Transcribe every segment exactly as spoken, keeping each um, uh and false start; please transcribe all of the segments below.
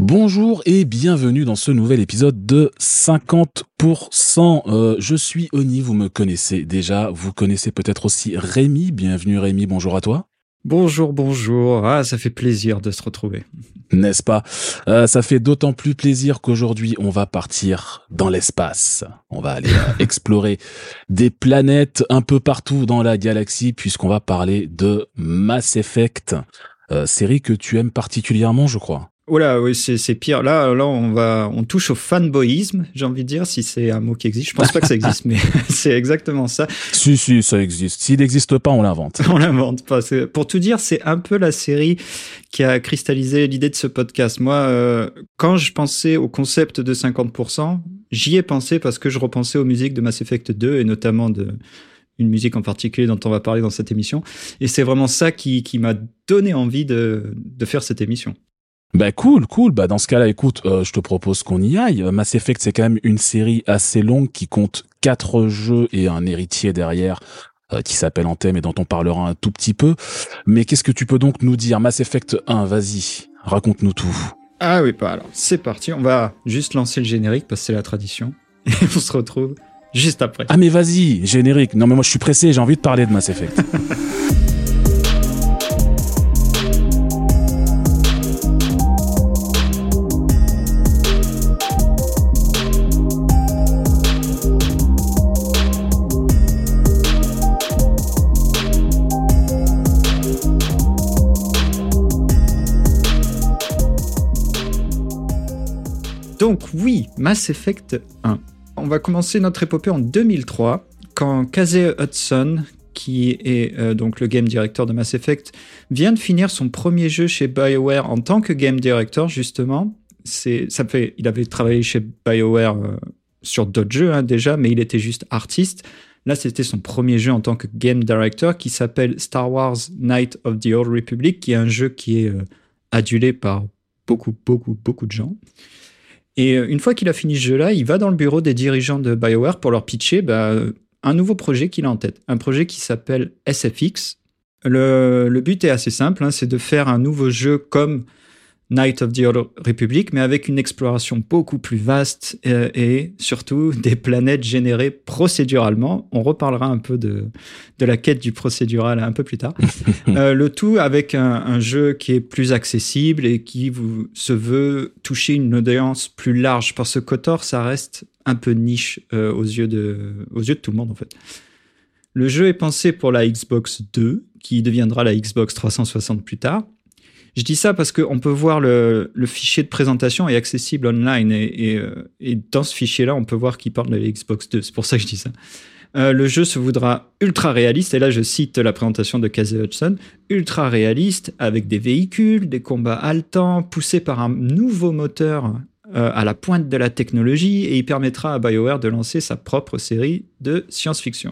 Bonjour et bienvenue dans ce nouvel épisode de cinquante pour cent. Euh, je suis Oni, vous me connaissez déjà, vous connaissez peut-être aussi Rémi. Bienvenue Rémi, bonjour à toi. Bonjour, bonjour. Ah, ça fait plaisir de se retrouver. N'est-ce pas ? euh, Ça fait d'autant plus plaisir qu'aujourd'hui, on va partir dans l'espace. On va aller euh, explorer des planètes un peu partout dans la galaxie, puisqu'on va parler de Mass Effect, euh, série que tu aimes particulièrement, je crois. Oula, oui, c'est, c'est pire. Là, là, on va, on touche au fanboyisme, j'ai envie de dire, si c'est un mot qui existe. Je pense pas que ça existe, mais c'est exactement ça. Si, si, ça existe. S'il n'existe pas, on l'invente. On l'invente pas. C'est, pour tout dire, c'est un peu la série qui a cristallisé l'idée de ce podcast. Moi, euh, quand je pensais au concept de cinquante pour cent, j'y ai pensé parce que je repensais aux musiques de Mass Effect deux et notamment de une musique en particulier dont on va parler dans cette émission. Et c'est vraiment ça qui, qui m'a donné envie de, de faire cette émission. Bah cool, cool. Bah dans ce cas-là, écoute, euh, je te propose qu'on y aille. Mass Effect, c'est quand même une série assez longue qui compte quatre jeux et un héritier derrière euh, qui s'appelle Anthem et dont on parlera un tout petit peu. Mais qu'est-ce que tu peux donc nous dire ? Mass Effect un, vas-y, raconte-nous tout. Ah oui, pas alors. C'est parti, on va juste lancer le générique parce que c'est la tradition. Et on se retrouve juste après. Ah mais vas-y, générique. Non mais moi je suis pressé, j'ai envie de parler de Mass Effect. Donc oui, Mass Effect un. On va commencer notre épopée en deux mille trois, quand Casey Hudson, qui est euh, donc le game director de Mass Effect, vient de finir son premier jeu chez BioWare en tant que game director, justement. C'est, ça fait, il avait travaillé chez BioWare euh, sur d'autres jeux hein, déjà, mais il était juste artiste. Là, c'était son premier jeu en tant que game director qui s'appelle Star Wars Knights of the Old Republic, qui est un jeu qui est euh, adulé par beaucoup, beaucoup, beaucoup de gens. Et une fois qu'il a fini ce jeu-là, il va dans le bureau des dirigeants de BioWare pour leur pitcher bah, un nouveau projet qu'il a en tête. Un projet qui s'appelle S F X. Le, le but est assez simple, hein, c'est de faire un nouveau jeu comme Knights of the Old Republic, mais avec une exploration beaucoup plus vaste et, et surtout des planètes générées procéduralement. On reparlera un peu de, de la quête du procédural un peu plus tard. euh, le tout avec un, un jeu qui est plus accessible et qui vous, se veut toucher une audience plus large, parce que KOTOR, ça reste un peu niche euh, aux, yeux de, aux yeux de tout le monde en fait. Le jeu est pensé pour la Xbox deux, qui deviendra la Xbox trois cent soixante plus tard. Je dis ça parce qu'on peut voir le, le fichier de présentation est accessible online et, et, et dans ce fichier-là, on peut voir qu'il parle de la Xbox deux. C'est pour ça que je dis ça. Euh, le jeu se voudra ultra réaliste, et là je cite la présentation de Casey Hudson, ultra réaliste avec des véhicules, des combats haletants, poussés par un nouveau moteur euh, à la pointe de la technologie, et il permettra à BioWare de lancer sa propre série de science-fiction.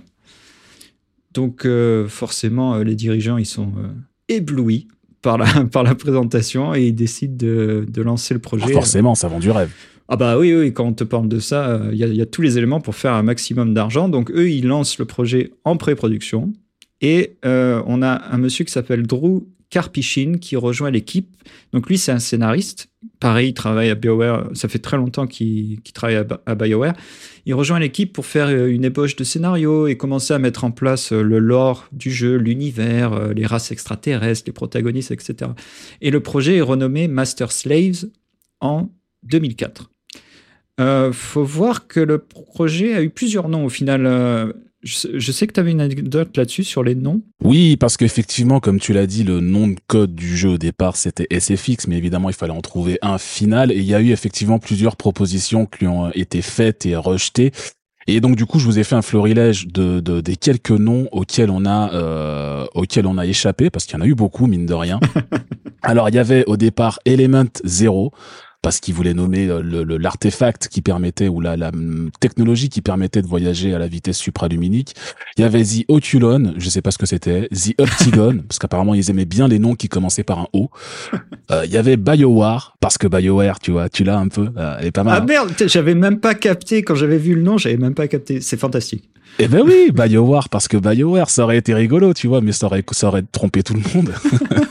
Donc euh, forcément, euh, les dirigeants ils sont euh, éblouis par la, par la présentation et ils décident de, de lancer le projet. Ah, forcément, ça vend du rêve. Ah bah oui, oui, quand on te parle de ça, il euh, y, y a tous les éléments pour faire un maximum d'argent. Donc eux, ils lancent le projet en pré-production et euh, on a un monsieur qui s'appelle Drew Karpyshyn qui rejoint l'équipe. Donc lui, c'est un scénariste. Pareil, il travaille à BioWare. Ça fait très longtemps qu'il, qu'il travaille à, à BioWare. Il rejoint l'équipe pour faire une ébauche de scénario et commencer à mettre en place le lore du jeu, l'univers, les races extraterrestres, les protagonistes, et cetera. Et le projet est renommé Master Slaves en deux mille quatre. Euh, faut voir que le projet a eu plusieurs noms au final. Euh, je, je sais que tu avais une anecdote là-dessus sur les noms. Oui, parce qu'effectivement, comme tu l'as dit, le nom de code du jeu au départ, c'était S F X, mais évidemment, il fallait en trouver un final. Et il y a eu effectivement plusieurs propositions qui lui ont été faites et rejetées. Et donc, du coup, je vous ai fait un florilège de, de des quelques noms auxquels on a euh, auxquels on a échappé, parce qu'il y en a eu beaucoup, mine de rien. Alors, il y avait au départ Element Zero, parce qu'ils voulaient nommer le, le, l'artefact qui permettait, ou la, la technologie qui permettait de voyager à la vitesse supraluminique. Il y avait The Oculon, je sais pas ce que c'était, The Optigon, parce qu'apparemment ils aimaient bien les noms qui commençaient par un O. Euh, il y avait BioWare, parce que BioWare, tu vois, tu l'as un peu, euh, elle est pas mal. Ah merde, j'avais même pas capté, quand j'avais vu le nom, j'avais même pas capté, c'est fantastique. Eh ben oui, BioWare, parce que BioWare, ça aurait été rigolo, tu vois, mais ça aurait, ça aurait trompé tout le monde.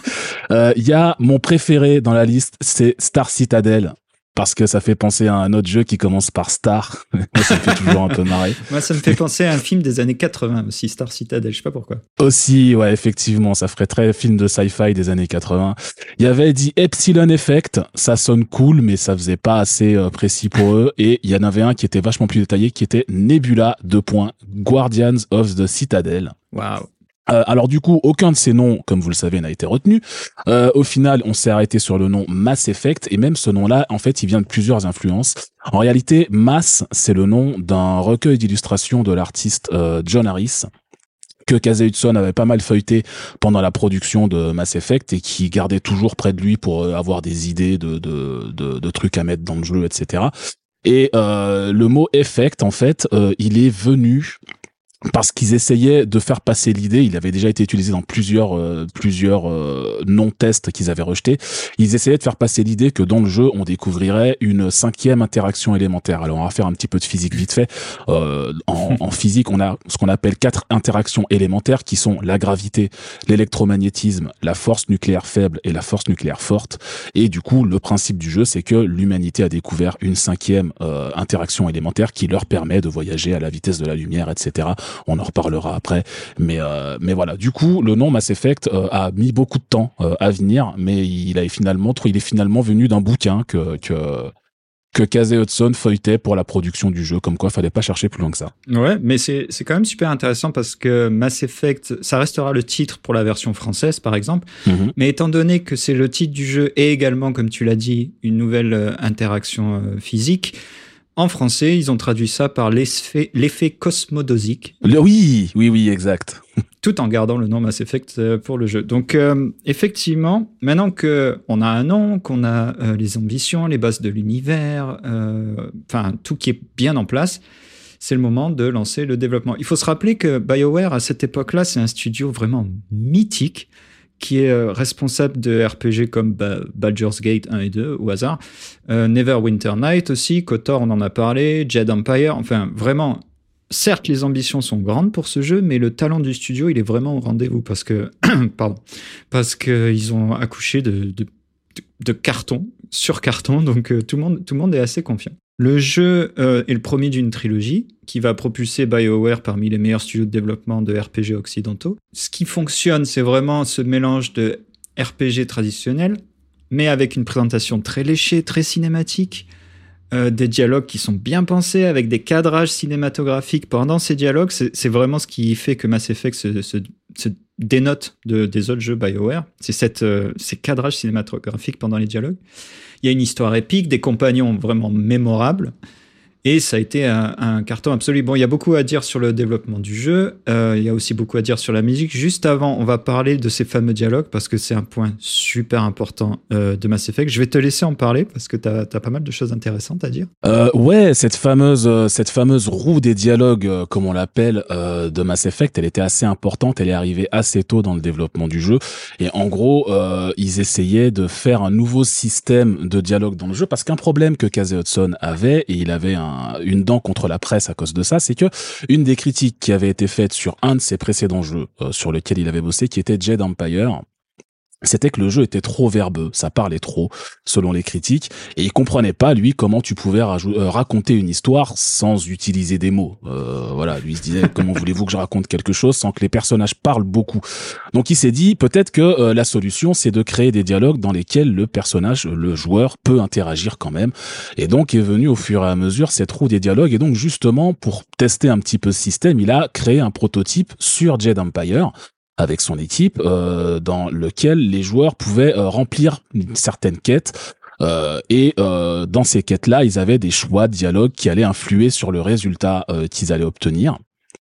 Euh, Il y a mon préféré dans la liste, c'est Star Citadel. Parce que ça fait penser à un autre jeu qui commence par Star. Ça me fait toujours un peu marrer. Moi, ça me fait penser à un film des années quatre-vingts aussi, Star Citadel, je sais pas pourquoi. Aussi, ouais, effectivement, ça ferait très film de sci-fi des années quatre-vingts. Il y avait dit Epsilon Effect, ça sonne cool, mais ça faisait pas assez euh, précis pour eux. Et il y en avait un qui était vachement plus détaillé, qui était Nebula, deux points, Guardians of the Citadel. Waouh. Euh, alors du coup, aucun de ces noms, comme vous le savez, n'a été retenu. Euh, au final, on s'est arrêté sur le nom Mass Effect, et même ce nom-là, en fait, il vient de plusieurs influences. En réalité, Mass, c'est le nom d'un recueil d'illustrations de l'artiste euh, John Harris, que Casey Hudson avait pas mal feuilleté pendant la production de Mass Effect et qui gardait toujours près de lui pour euh, avoir des idées de, de, de, de trucs à mettre dans le jeu, et cetera. Et euh, le mot effect, en fait, euh, il est venu parce qu'ils essayaient de faire passer l'idée. Il avait déjà été utilisé dans plusieurs euh, plusieurs euh, non-tests qu'ils avaient rejetés. Ils essayaient de faire passer l'idée que dans le jeu, on découvrirait une cinquième interaction élémentaire. Alors, on va faire un petit peu de physique vite fait. Euh, en, en physique, on a ce qu'on appelle quatre interactions élémentaires qui sont la gravité, l'électromagnétisme, la force nucléaire faible et la force nucléaire forte. Et du coup, le principe du jeu, c'est que l'humanité a découvert une cinquième euh, interaction élémentaire qui leur permet de voyager à la vitesse de la lumière, et cetera. On en reparlera après, mais euh, mais voilà. Du coup, le nom Mass Effect euh, a mis beaucoup de temps euh, à venir, mais il a finalement, il est finalement venu d'un bouquin que que que Casey Hudson feuilletait pour la production du jeu. Comme quoi, fallait pas chercher plus loin que ça. Ouais, mais c'est c'est quand même super intéressant parce que Mass Effect, ça restera le titre pour la version française, par exemple. Mm-hmm. Mais étant donné que c'est le titre du jeu et également, comme tu l'as dit, une nouvelle euh, interaction euh, physique. En français, ils ont traduit ça par l'effet, l'effet cosmodosique. Le, oui, oui, oui, exact. Tout en gardant le nom Mass Effect pour le jeu. Donc, euh, effectivement, maintenant qu'on a un nom, qu'on a euh, les ambitions, les bases de l'univers, enfin, euh, tout qui est bien en place, c'est le moment de lancer le développement. Il faut se rappeler que BioWare, à cette époque-là, c'est un studio vraiment mythique, qui est euh, responsable de R P G comme ba- Baldur's Gate un et deux, au hasard, euh, Neverwinter Night aussi, KOTOR, on en a parlé, Jade Empire, enfin, vraiment, certes, les ambitions sont grandes pour ce jeu, mais le talent du studio, il est vraiment au rendez-vous, parce que, pardon, parce qu'ils ont accouché de, de, de, de carton, sur carton, donc euh, tout le monde, tout le monde est assez confiant. Le jeu euh, est le premier d'une trilogie qui va propulser BioWare parmi les meilleurs studios de développement de R P G occidentaux. Ce qui fonctionne, c'est vraiment ce mélange de R P G traditionnel, mais avec une présentation très léchée, très cinématique, euh, des dialogues qui sont bien pensés, avec des cadrages cinématographiques pendant ces dialogues. C'est, c'est vraiment ce qui fait que Mass Effect se, se, se dénote de, des autres jeux BioWare. C'est cette, euh, ces cadrages cinématographiques pendant les dialogues. Il y a une histoire épique, des compagnons vraiment mémorables, et ça a été un, un carton absolu. Bon, il y a beaucoup à dire sur le développement du jeu, euh, il y a aussi beaucoup à dire sur la musique. Juste avant, on va parler de ces fameux dialogues, parce que c'est un point super important euh, de Mass Effect. Je vais te laisser en parler, parce que tu as pas mal de choses intéressantes à dire. Euh, ouais, cette fameuse, euh, cette fameuse roue des dialogues, euh, comme on l'appelle, euh, de Mass Effect, elle était assez importante, elle est arrivée assez tôt dans le développement du jeu, et en gros, euh, ils essayaient de faire un nouveau système de dialogue dans le jeu, parce qu'un problème que Casey Hudson avait, et il avait un une dent contre la presse à cause de ça, c'est que une des critiques qui avait été faite sur un de ses précédents jeux euh, sur lequel il avait bossé, qui était Jade Empire, c'était que le jeu était trop verbeux, ça parlait trop, selon les critiques, et il comprenait pas, lui, comment tu pouvais rajou- euh, raconter une histoire sans utiliser des mots. Euh, voilà, lui, il se disait, comment voulez-vous que je raconte quelque chose sans que les personnages parlent beaucoup? Donc il s'est dit, peut-être que euh, la solution, c'est de créer des dialogues dans lesquels le personnage, le joueur, peut interagir quand même. Et donc est venu au fur et à mesure cette roue des dialogues, et donc justement, pour tester un petit peu ce système, il a créé un prototype sur Jade Empire, avec son équipe, euh, dans lequel les joueurs pouvaient euh, remplir une certaine quête. Euh, et euh, dans ces quêtes-là, ils avaient des choix de dialogue qui allaient influer sur le résultat euh, qu'ils allaient obtenir.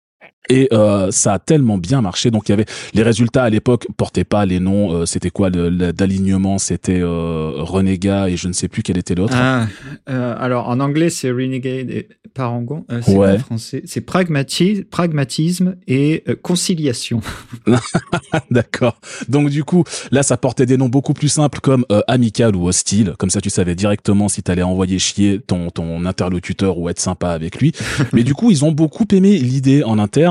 Et euh, ça a tellement bien marché. Donc il y avait les résultats à l'époque portaient pas les noms. Euh, c'était quoi le, le d'alignement? C'était euh, Renégat et je ne sais plus quel était l'autre. Ah, euh, alors en anglais c'est Renegade et Parangon. Euh, c'est ouais. En français c'est pragmatisme, pragmatisme et euh, conciliation. D'accord. Donc du coup là ça portait des noms beaucoup plus simples comme euh, amical ou hostile. Comme ça tu savais directement si t'allais envoyer chier ton ton interlocuteur ou être sympa avec lui. Mais du coup ils ont beaucoup aimé l'idée en interne.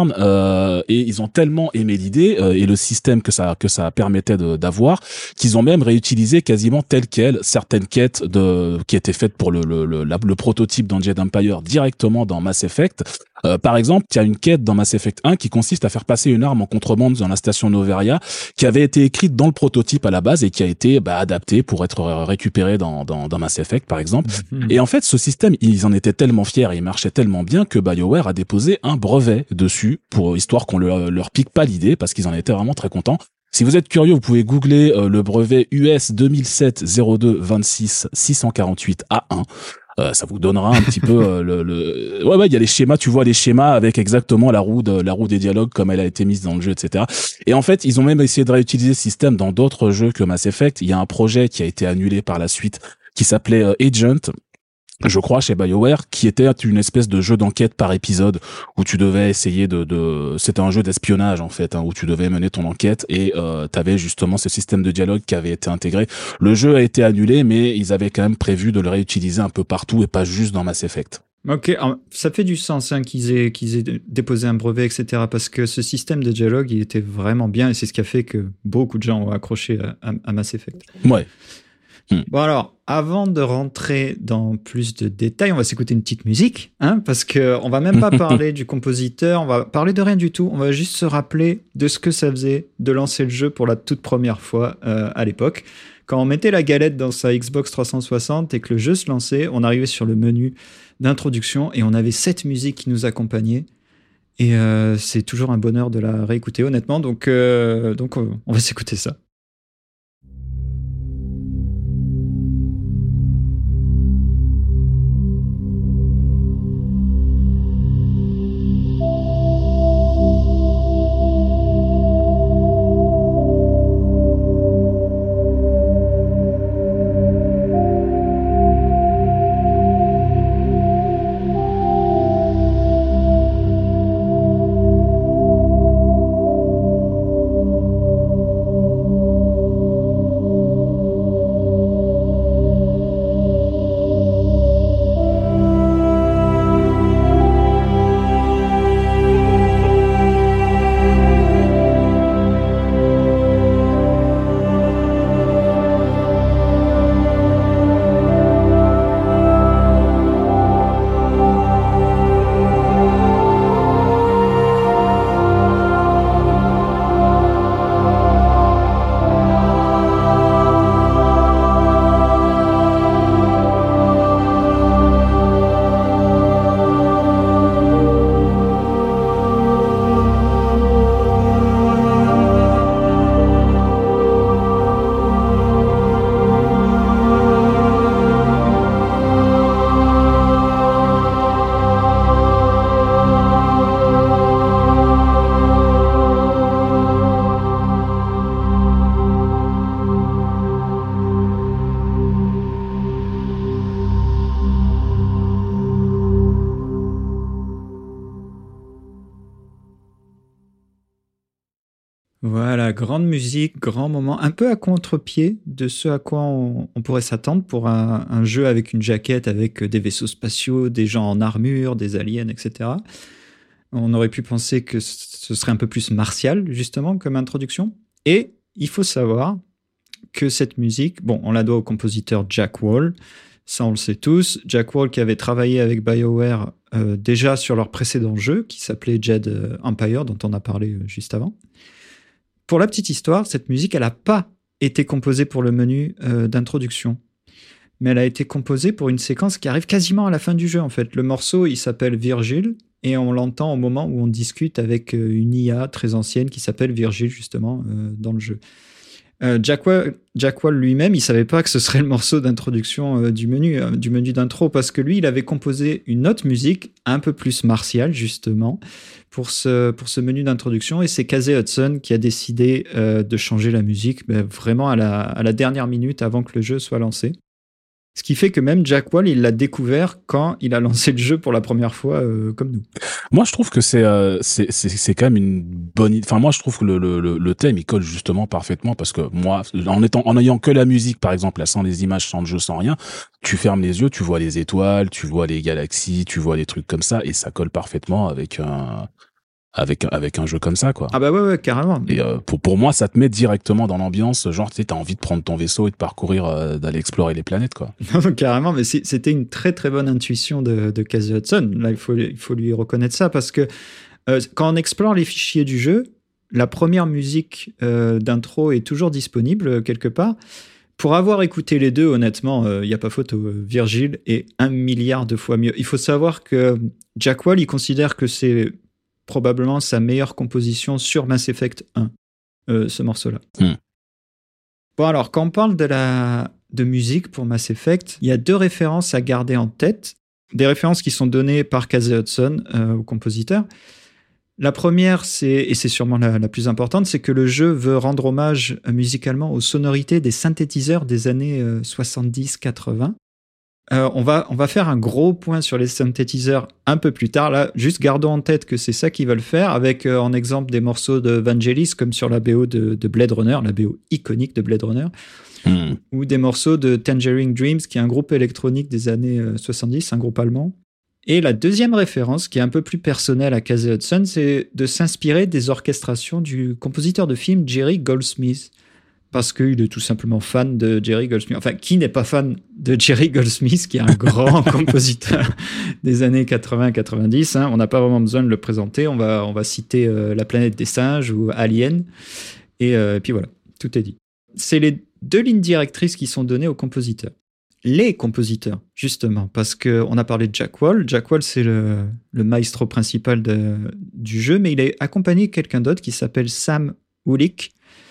interne euh, et ils ont tellement aimé l'idée euh, et le système que ça que ça permettait de, d'avoir qu'ils ont même réutilisé quasiment tel quel certaines quêtes de qui étaient faites pour le le le, la, le prototype d'Jedi Empire directement dans Mass Effect. Euh, par exemple, il y a une quête dans Mass Effect un qui consiste à faire passer une arme en contrebande dans la station Noveria, qui avait été écrite dans le prototype à la base et qui a été bah, adaptée pour être récupérée dans, dans, dans Mass Effect, par exemple. Mmh. Et en fait, ce système, ils en étaient tellement fiers et il marchait tellement bien que BioWare a déposé un brevet dessus, pour histoire qu'on leur, leur pique pas l'idée, parce qu'ils en étaient vraiment très contents. Si vous êtes curieux, vous pouvez googler euh, le brevet U S deux mille sept zéro deux vingt-six six cent quarante-huit A un. Euh, ça vous donnera un petit peu euh, le, le ouais ouais il y a les schémas, tu vois les schémas avec exactement la roue de la roue des dialogues comme elle a été mise dans le jeu, etc. Et en fait ils ont même essayé de réutiliser ce système dans d'autres jeux que Mass Effect. Il y a un projet qui a été annulé par la suite qui s'appelait euh, Agent, je crois, chez BioWare, qui était une espèce de jeu d'enquête par épisode où tu devais essayer de, de... c'était un jeu d'espionnage en fait, hein, où tu devais mener ton enquête et euh, t'avais justement ce système de dialogue qui avait été intégré. Le jeu a été annulé, mais ils avaient quand même prévu de le réutiliser un peu partout et pas juste dans Mass Effect. Ok, ça fait du sens hein, qu'ils aient, qu'ils aient déposé un brevet, et cetera. Parce que ce système de dialogue, il était vraiment bien et c'est ce qui a fait que beaucoup de gens ont accroché à, à, à Mass Effect. Ouais. Hmm. Bon alors, avant de rentrer dans plus de détails, on va s'écouter une petite musique, hein, parce que on va même pas parler du compositeur, on va parler de rien du tout. On va juste se rappeler de ce que ça faisait de lancer le jeu pour la toute première fois euh, à l'époque. Quand on mettait la galette dans sa Xbox trois cent soixante et que le jeu se lançait, on arrivait sur le menu d'introduction et on avait cette musique qui nous accompagnait. Et euh, c'est toujours un bonheur de la réécouter, honnêtement. Donc, euh, donc on va s'écouter ça. Voilà, grande musique, grand moment, un peu à contre-pied de ce à quoi on, on pourrait s'attendre pour un, un jeu avec une jaquette, avec des vaisseaux spatiaux, des gens en armure, des aliens, et cetera. On aurait pu penser que ce serait un peu plus martial, justement, comme introduction. Et il faut savoir que cette musique, bon, on la doit au compositeur Jack Wall, ça on le sait tous. Jack Wall qui avait travaillé avec BioWare euh, déjà sur leur précédent jeu, qui s'appelait Jedi Empire, dont on a parlé euh, juste avant. Pour la petite histoire, cette musique, elle n'a pas été composée pour le menu euh, d'introduction, mais elle a été composée pour une séquence qui arrive quasiment à la fin du jeu, en fait. Le morceau, il s'appelle Virgile, et on l'entend au moment où on discute avec euh, une I A très ancienne qui s'appelle Virgile, justement, euh, dans le jeu. Euh, Jack Wall, Jack Wall lui-même, il savait pas que ce serait le morceau d'introduction euh, du menu, euh, du menu d'intro, parce que lui, il avait composé une autre musique un peu plus martiale, justement, pour ce, pour ce menu d'introduction, et c'est Casey Hudson qui a décidé euh, de changer la musique ben, vraiment à la, à la dernière minute avant que le jeu soit lancé. Ce qui fait que même Jack Wall, il l'a découvert quand il a lancé le jeu pour la première fois, euh, comme nous. Moi, je trouve que c'est euh, c'est c'est c'est quand même une bonne idée. Enfin, moi, je trouve que le le le thème il colle justement parfaitement parce que moi, en étant en ayant que la musique, par exemple, là, sans les images, sans le jeu, sans rien, tu fermes les yeux, tu vois les étoiles, tu vois les galaxies, tu vois les trucs comme ça, et ça colle parfaitement avec un avec avec un jeu comme ça, quoi. Ah bah ouais, ouais, carrément. Et euh, pour pour moi, ça te met directement dans l'ambiance, genre tu sais, t'as envie de prendre ton vaisseau et de parcourir, euh, d'aller explorer les planètes, quoi. Carrément, mais c'était une très très bonne intuition de, de Casey Hudson. Là, il faut il faut lui reconnaître ça parce que euh, quand on explore les fichiers du jeu, la première musique euh, d'intro est toujours disponible euh, quelque part. Pour avoir écouté les deux, honnêtement, il euh, n'y a pas photo. Virgil est un milliard de fois mieux. Il faut savoir que Jack Wall, il considère que c'est probablement sa meilleure composition sur Mass Effect un, euh, ce morceau-là. Mm. Bon, alors, quand on parle de, la, de musique pour Mass Effect, il y a deux références à garder en tête. Des références qui sont données par Casey Hudson euh, au compositeur. La première, c'est, et c'est sûrement la, la plus importante, c'est que le jeu veut rendre hommage euh, musicalement aux sonorités des synthétiseurs des années euh, soixante-dix quatre-vingts. Euh, on, va, on va faire un gros point sur les synthétiseurs un peu plus tard. Là, juste gardons en tête que c'est ça qu'ils veulent faire, avec euh, en exemple des morceaux de Vangelis, comme sur la B O de, de Blade Runner, la B O iconique de Blade Runner, mmh. ou des morceaux de Tangerine Dreams, qui est un groupe électronique des années euh, soixante-dix, un groupe allemand. Et la deuxième référence, qui est un peu plus personnelle à Casey Hudson, c'est de s'inspirer des orchestrations du compositeur de film Jerry Goldsmith, parce qu'il est tout simplement fan de Jerry Goldsmith. Enfin, qui n'est pas fan de Jerry Goldsmith, qui est un grand compositeur des années quatre-vingts quatre-vingt-dix, hein. On n'a pas vraiment besoin de le présenter. On va, on va citer euh, La planète des singes ou Alien. Et, euh, et puis voilà, tout est dit. C'est les deux lignes directrices qui sont données au compositeur. Les compositeurs, justement, parce qu'on a parlé de Jack Wall. Jack Wall, c'est le, le maestro principal de, du jeu, mais il est accompagné de quelqu'un d'autre qui s'appelle Sam Ulick.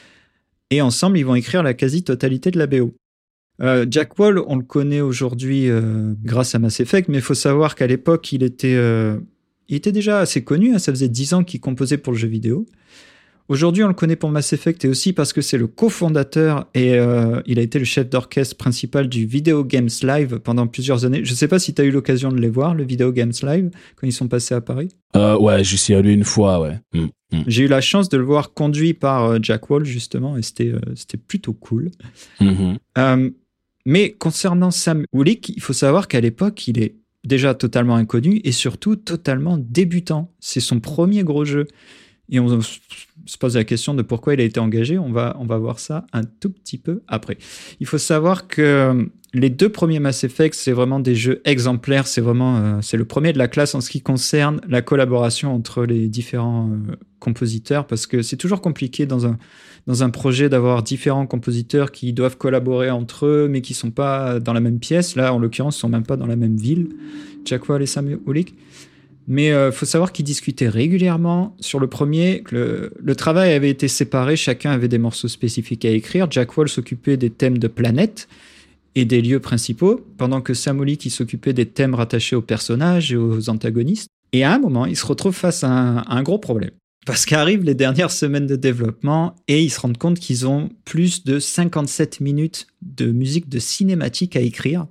Et ensemble, ils vont écrire la quasi-totalité de la B O. Euh, Jack Wall, on le connaît aujourd'hui euh, grâce à Mass Effect, mais il faut savoir qu'à l'époque, il était, euh, il était déjà assez connu. Hein, ça faisait dix ans qu'il composait pour le jeu vidéo. Aujourd'hui, on le connaît pour Mass Effect et aussi parce que c'est le cofondateur et euh, il a été le chef d'orchestre principal du Video Games Live pendant plusieurs années. Je ne sais pas si tu as eu l'occasion de les voir, le Video Games Live, quand ils sont passés à Paris. Euh, ouais, j'y suis allé une fois, ouais. Mm, mm. J'ai eu la chance de le voir conduit par euh, Jack Wall, justement, et c'était, euh, c'était plutôt cool. Mm-hmm. Euh, mais concernant Sam Ulick, il faut savoir qu'à l'époque, il est déjà totalement inconnu et surtout totalement débutant. C'est son premier gros jeu. Et on se pose la question de pourquoi il a été engagé. On va, on va voir ça un tout petit peu après. Il faut savoir que les deux premiers Mass Effect, c'est vraiment des jeux exemplaires. C'est vraiment, euh, c'est le premier de la classe en ce qui concerne la collaboration entre les différents euh, compositeurs, parce que c'est toujours compliqué dans un, dans un projet d'avoir différents compositeurs qui doivent collaborer entre eux, mais qui ne sont pas dans la même pièce. Là, en l'occurrence, ils ne sont même pas dans la même ville. Jack Wall et Sam Ulick. Mais il euh, faut savoir qu'ils discutaient régulièrement. Sur le premier, le, le travail avait été séparé, chacun avait des morceaux spécifiques à écrire. Jack Wall s'occupait des thèmes de planètes et des lieux principaux, pendant que Sam Ulick s'occupait des thèmes rattachés aux personnages et aux antagonistes. Et à un moment, ils se retrouvent face à un, à un gros problème. Parce qu'arrivent les dernières semaines de développement et ils se rendent compte qu'ils ont plus de cinquante-sept minutes de musique de cinématique à écrire.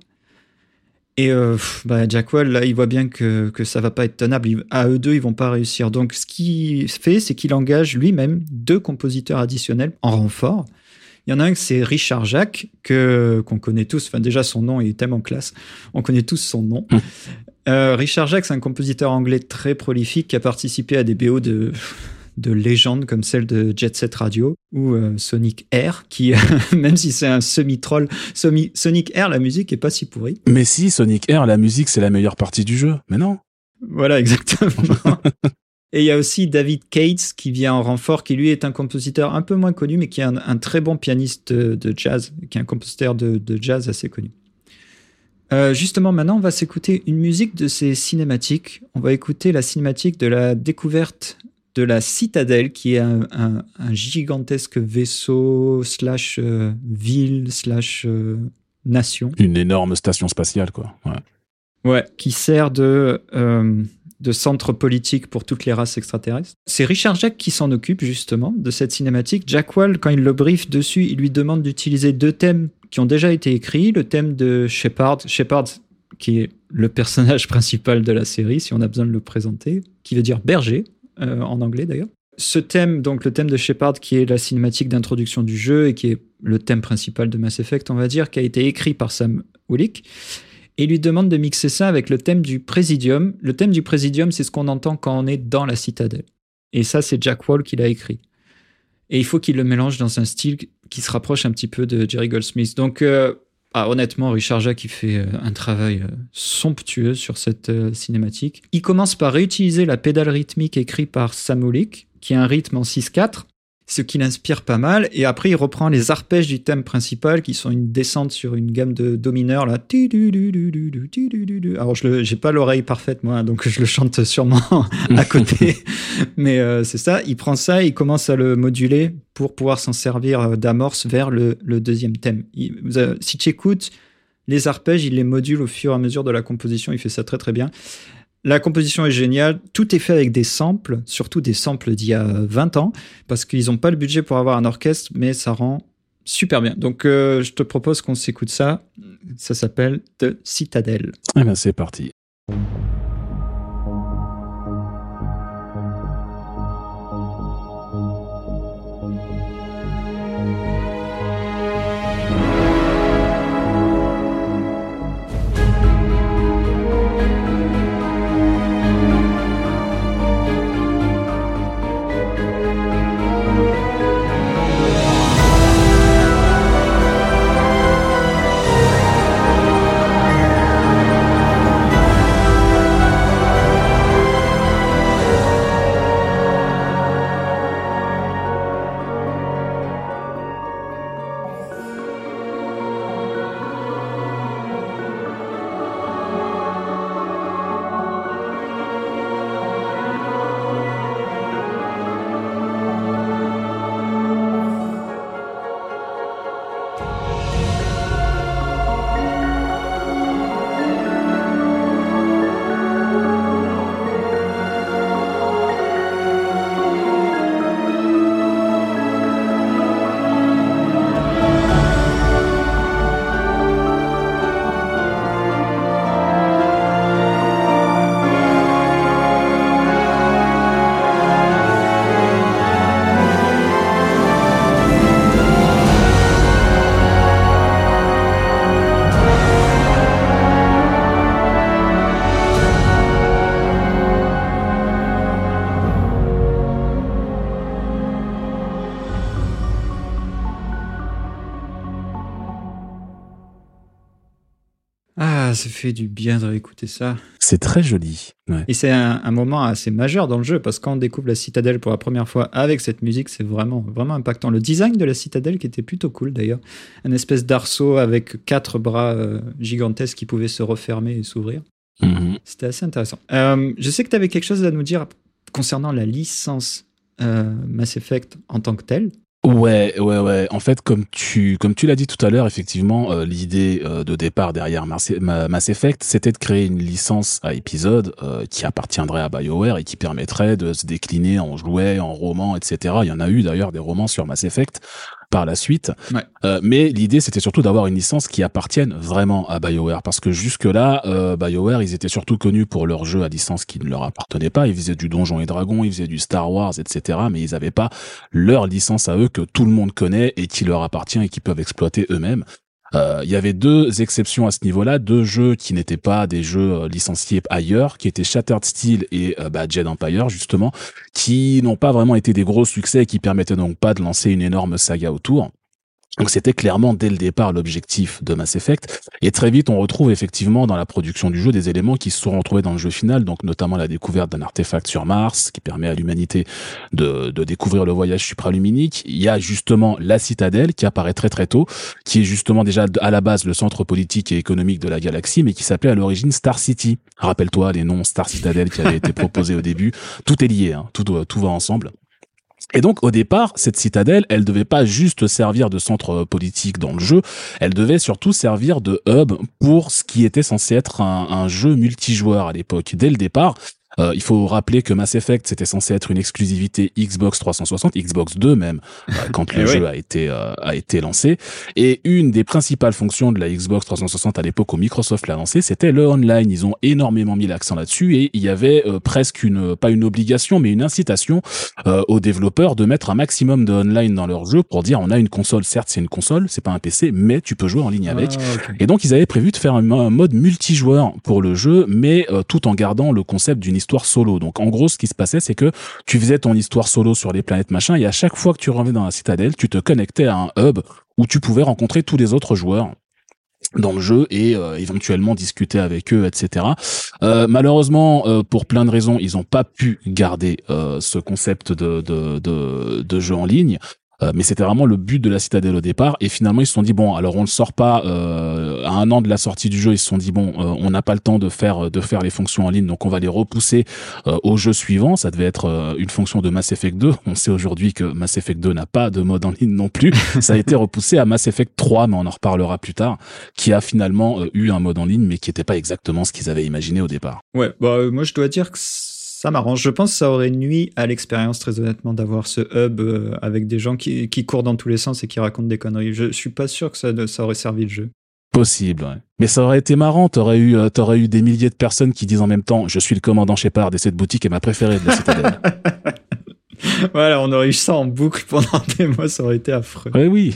Et euh, bah Jack Wall, là, il voit bien que, que ça va pas être tenable. Il, à eux deux, ils vont pas réussir. Donc, ce qu'il fait, c'est qu'il engage lui-même deux compositeurs additionnels en renfort. Il y en a un, c'est Richard Jacques, que, qu'on connaît tous. Enfin, déjà, son nom est tellement classe. On connaît tous son nom. Mmh. Euh, Richard Jacques, c'est un compositeur anglais très prolifique qui a participé à des B O de... de légendes comme celle de Jet Set Radio ou euh, Sonic Air, qui, même si c'est un semi-troll, semi- Sonic Air, la musique est pas si pourrie. Mais si, Sonic Air, la musique, c'est la meilleure partie du jeu. Mais non. Voilà, exactement. Et il y a aussi David Cates qui vient en renfort, qui lui est un compositeur un peu moins connu, mais qui est un, un très bon pianiste de jazz, qui est un compositeur de, de jazz assez connu. Euh, justement, maintenant, on va s'écouter une musique de ces cinématiques. On va écouter la cinématique de la découverte de la Citadelle, qui est un, un, un gigantesque vaisseau slash euh, ville slash euh, nation. Une énorme station spatiale, quoi. Ouais, ouais, qui sert de, euh, de centre politique pour toutes les races extraterrestres. C'est Richard Jacques qui s'en occupe, justement, de cette cinématique. Jack Wall, quand il le brief dessus, il lui demande d'utiliser deux thèmes qui ont déjà été écrits. Le thème de Shepard, Shepard qui est le personnage principal de la série, si on a besoin de le présenter, qui veut dire berger, Euh, en anglais d'ailleurs. Ce thème, donc le thème de Shepard, qui est la cinématique d'introduction du jeu et qui est le thème principal de Mass Effect, on va dire, qui a été écrit par Sam Ulick, et il lui demande de mixer ça avec le thème du Présidium. Le thème du Présidium, c'est ce qu'on entend quand on est dans la Citadelle. Et ça, c'est Jack Wall qui l'a écrit. Et il faut qu'il le mélange dans un style qui se rapproche un petit peu de Jerry Goldsmith. Donc, euh, ah, honnêtement, Richard Jacques, il fait euh, un travail euh, somptueux sur cette euh, cinématique. Il commence par réutiliser la pédale rythmique écrite par Sam Hulick, qui a un rythme en six quatre, ce qui l'inspire pas mal. Et après, il reprend les arpèges du thème principal, qui sont une descente sur une gamme de do mineur, là. Alors, je le, j'ai pas l'oreille parfaite, moi, donc je le chante sûrement à côté. Mais euh, c'est ça, il prend ça, il commence à le moduler pour pouvoir s'en servir d'amorce vers le, le deuxième thème. Il, euh, si tu écoutes les arpèges, il les module au fur et à mesure de la composition, il fait ça très très bien. La composition est géniale, tout est fait avec des samples, surtout des samples d'il y a vingt ans, parce qu'ils n'ont pas le budget pour avoir un orchestre, mais ça rend super bien. Donc euh, je te propose qu'on s'écoute ça, ça s'appelle The Citadel. Eh ben c'est parti. Ah, ça fait du bien de réécouter ça. C'est très joli. Ouais. Et c'est un, un moment assez majeur dans le jeu, parce que quand on découvre la citadelle pour la première fois avec cette musique, c'est vraiment, vraiment impactant. Le design de la citadelle qui était plutôt cool d'ailleurs. Un espèce d'arceau avec quatre bras euh, gigantesques qui pouvaient se refermer et s'ouvrir. Mm-hmm. C'était assez intéressant. Euh, je sais que tu avais quelque chose à nous dire concernant la licence euh, Mass Effect en tant que telle. Ouais, ouais, ouais. En fait, comme tu, comme tu l'as dit tout à l'heure, effectivement, euh, l'idée euh, de départ derrière Mass, Mass Effect, c'était de créer une licence à épisode euh, qui appartiendrait à BioWare et qui permettrait de se décliner en jouets, en romans, et cetera. Il y en a eu d'ailleurs des romans sur Mass Effect par la suite. Ouais. Euh, mais l'idée, c'était surtout d'avoir une licence qui appartienne vraiment à BioWare, parce que jusque-là, euh, BioWare, ils étaient surtout connus pour leurs jeux à licence qui ne leur appartenaient pas. Ils faisaient du Donjons et Dragons, ils faisaient du Star Wars, et cetera. Mais ils n'avaient pas leur licence à eux que tout le monde connaît et qui leur appartient et qui peuvent exploiter eux-mêmes. Euh, il y avait deux exceptions à ce niveau-là, deux jeux qui n'étaient pas des jeux euh, licenciés ailleurs, qui étaient Shattered Steel et euh, bah, Jade Empire justement, qui n'ont pas vraiment été des gros succès et qui permettaient donc pas de lancer une énorme saga autour. Donc c'était clairement dès le départ l'objectif de Mass Effect, et très vite on retrouve effectivement dans la production du jeu des éléments qui se sont retrouvés dans le jeu final, donc notamment la découverte d'un artefact sur Mars qui permet à l'humanité de, de découvrir le voyage supraluminique. Il y a justement la Citadelle qui apparaît très très tôt, qui est justement déjà à la base le centre politique et économique de la galaxie, mais qui s'appelait à l'origine Star City. Rappelle-toi les noms Star Citadel qui avaient été proposés au début, tout est lié, hein, tout, tout va ensemble. Et donc, au départ, cette citadelle, elle devait pas juste servir de centre politique dans le jeu, elle devait surtout servir de hub pour ce qui était censé être un, un jeu multijoueur à l'époque. Dès le départ, Euh, il faut rappeler que Mass Effect c'était censé être une exclusivité Xbox trois cent soixante, Xbox deux même, euh, quand le jeu oui. a été euh, a été lancé. Et une des principales fonctions de la Xbox trois cent soixante à l'époque où Microsoft l'a lancé, c'était le online. Ils ont énormément mis l'accent là-dessus et il y avait euh, presque une pas une obligation mais une incitation euh, aux développeurs de mettre un maximum de online dans leur jeu pour dire on a une console, certes c'est une console, c'est pas un P C, mais tu peux jouer en ligne avec. Ah, okay. Et donc ils avaient prévu de faire un, un mode multijoueur pour le jeu, mais euh, tout en gardant le concept d'une histoire solo. Donc en gros, ce qui se passait, c'est que tu faisais ton histoire solo sur les planètes machin, et à chaque fois que tu revenais dans la citadelle, tu te connectais à un hub où tu pouvais rencontrer tous les autres joueurs dans le jeu et euh, éventuellement discuter avec eux, et cetera. Euh, malheureusement, euh, pour plein de raisons, ils n'ont pas pu garder euh, ce concept de, de, de, de jeu en ligne. Euh, mais c'était vraiment le but de la Citadelle au départ, et finalement ils se sont dit bon, alors on le sort pas euh, à un an de la sortie du jeu. Ils se sont dit bon, euh, on n'a pas le temps de faire de faire les fonctions en ligne, donc on va les repousser euh, au jeu suivant. Ça devait être euh, une fonction de Mass Effect deux. On sait aujourd'hui que Mass Effect deux n'a pas de mode en ligne non plus. Ça a été repoussé à Mass Effect trois, mais on en reparlera plus tard, qui a finalement euh, eu un mode en ligne, mais qui n'était pas exactement ce qu'ils avaient imaginé au départ. Ouais, bah euh, moi je dois dire que ça m'arrange. Je pense que ça aurait nuit à l'expérience, très honnêtement, d'avoir ce hub euh, avec des gens qui, qui courent dans tous les sens et qui racontent des conneries. Je suis pas sûr que ça, ça aurait servi le jeu. Possible, ouais. Mais ça aurait été marrant. T'aurais eu, euh, t'aurais eu des milliers de personnes qui disent en même temps « Je suis le commandant Shepard et cette boutique est ma préférée de la Citadelle. » Voilà, on aurait eu ça en boucle pendant des mois, ça aurait été affreux. Ouais, oui.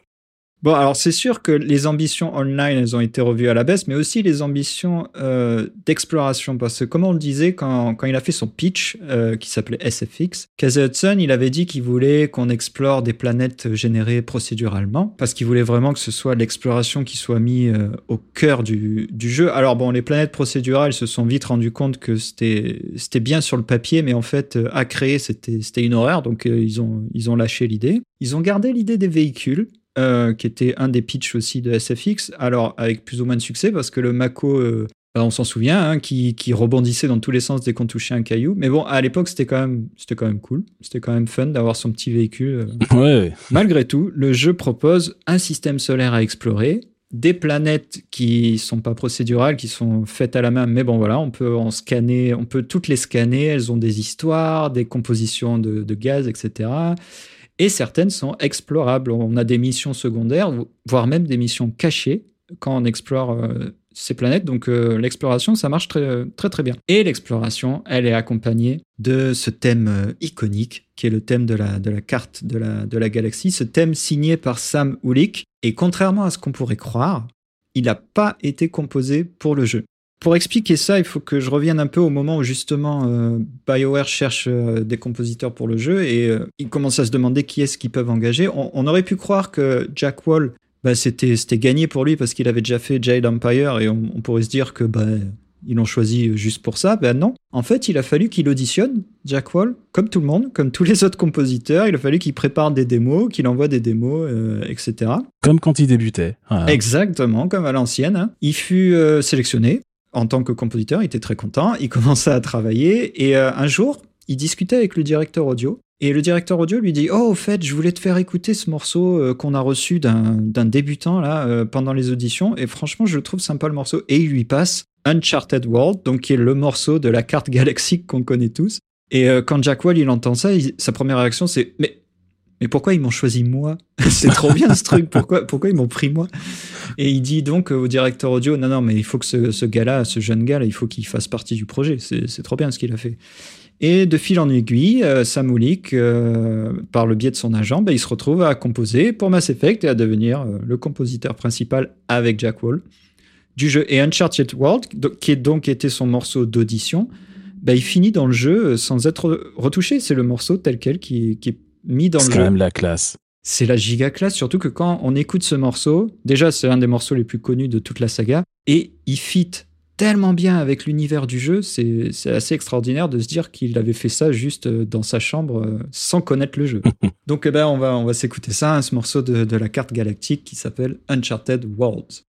Bon, alors c'est sûr que les ambitions online, elles ont été revues à la baisse, mais aussi les ambitions euh, d'exploration. Parce que, comme on le disait, quand, quand il a fait son pitch, euh, qui s'appelait S F X, Casey Hudson, il avait dit qu'il voulait qu'on explore des planètes générées procéduralement, parce qu'il voulait vraiment que ce soit l'exploration qui soit mise euh, au cœur du, du jeu. Alors bon, les planètes procédurales se sont vite rendu compte que c'était, c'était bien sur le papier, mais en fait, euh, à créer, c'était, c'était une horreur, donc euh, ils ont, ils ont lâché l'idée. Ils ont gardé l'idée des véhicules, Euh, qui était un des pitchs aussi de S F X, alors avec plus ou moins de succès, parce que le Mako, euh, on s'en souvient, hein, qui, qui rebondissait dans tous les sens dès qu'on touchait un caillou, mais bon, à l'époque, c'était quand même, c'était quand même cool, c'était quand même fun d'avoir son petit véhicule. Euh. Ouais. Malgré tout, le jeu propose un système solaire à explorer, des planètes qui sont pas procédurales, qui sont faites à la main, mais bon voilà, on peut en scanner, on peut toutes les scanner, elles ont des histoires, des compositions de, de gaz, et cetera. Et certaines sont explorables. On a des missions secondaires, voire même des missions cachées quand on explore euh, ces planètes. Donc euh, l'exploration, ça marche très, très très bien. Et l'exploration, elle est accompagnée de ce thème euh, iconique, qui est le thème de la, de la carte de la, de la galaxie. Ce thème signé par Sam Ulick. Et contrairement à ce qu'on pourrait croire, il n'a pas été composé pour le jeu. Pour expliquer ça, il faut que je revienne un peu au moment où justement euh, BioWare cherche euh, des compositeurs pour le jeu et euh, ils commencent à se demander qui est-ce qu'ils peuvent engager. On, on aurait pu croire que Jack Wall, bah, c'était, c'était gagné pour lui parce qu'il avait déjà fait Jade Empire et on, on pourrait se dire que bah, ils l'ont choisi juste pour ça. Ben non. En fait, il a fallu qu'il auditionne Jack Wall, comme tout le monde, comme tous les autres compositeurs. Il a fallu qu'il prépare des démos, qu'il envoie des démos, euh, et cetera. Comme quand il débutait. Voilà. Exactement, comme à l'ancienne. Hein. Il fut euh, sélectionné. En tant que compositeur, il était très content, il commençait à travailler et euh, un jour, il discutait avec le directeur audio et le directeur audio lui dit « Oh, au fait, je voulais te faire écouter ce morceau euh, qu'on a reçu d'un, d'un débutant là euh, pendant les auditions et franchement, je le trouve sympa le morceau. » Et il lui passe Uncharted World, donc qui est le morceau de la carte galaxique qu'on connaît tous. Et euh, quand Jack Wall, il entend ça, il, sa première réaction c'est « Mais Mais pourquoi ils m'ont choisi moi ? C'est trop bien ce truc, pourquoi, pourquoi ils m'ont pris moi ?» Et il dit donc au directeur audio, non, non, mais il faut que ce, ce gars-là, ce jeune gars-là, il faut qu'il fasse partie du projet. C'est, c'est trop bien ce qu'il a fait. Et de fil en aiguille, euh, Sam Ulick, euh, par le biais de son agent, bah, il se retrouve à composer pour Mass Effect et à devenir euh, le compositeur principal avec Jack Wall du jeu. Et Uncharted World, qui est donc été son morceau d'audition, bah, il finit dans le jeu sans être retouché. C'est le morceau tel quel qui, qui est mis dans c'est le jeu. C'est quand même la classe. C'est la giga classe, surtout que quand on écoute ce morceau, déjà c'est un des morceaux les plus connus de toute la saga, et il fit tellement bien avec l'univers du jeu, c'est, c'est assez extraordinaire de se dire qu'il avait fait ça juste dans sa chambre sans connaître le jeu. Donc eh ben, on, va, on va s'écouter ça, hein, ce morceau de, de la carte galactique qui s'appelle Uncharted Worlds.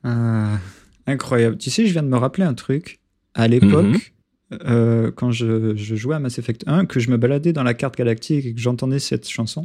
Ah, incroyable. Tu sais, je viens de me rappeler un truc. À l'époque, mm-hmm. euh, quand je, je jouais à Mass Effect un, que je me baladais dans la carte galactique et que j'entendais cette chanson,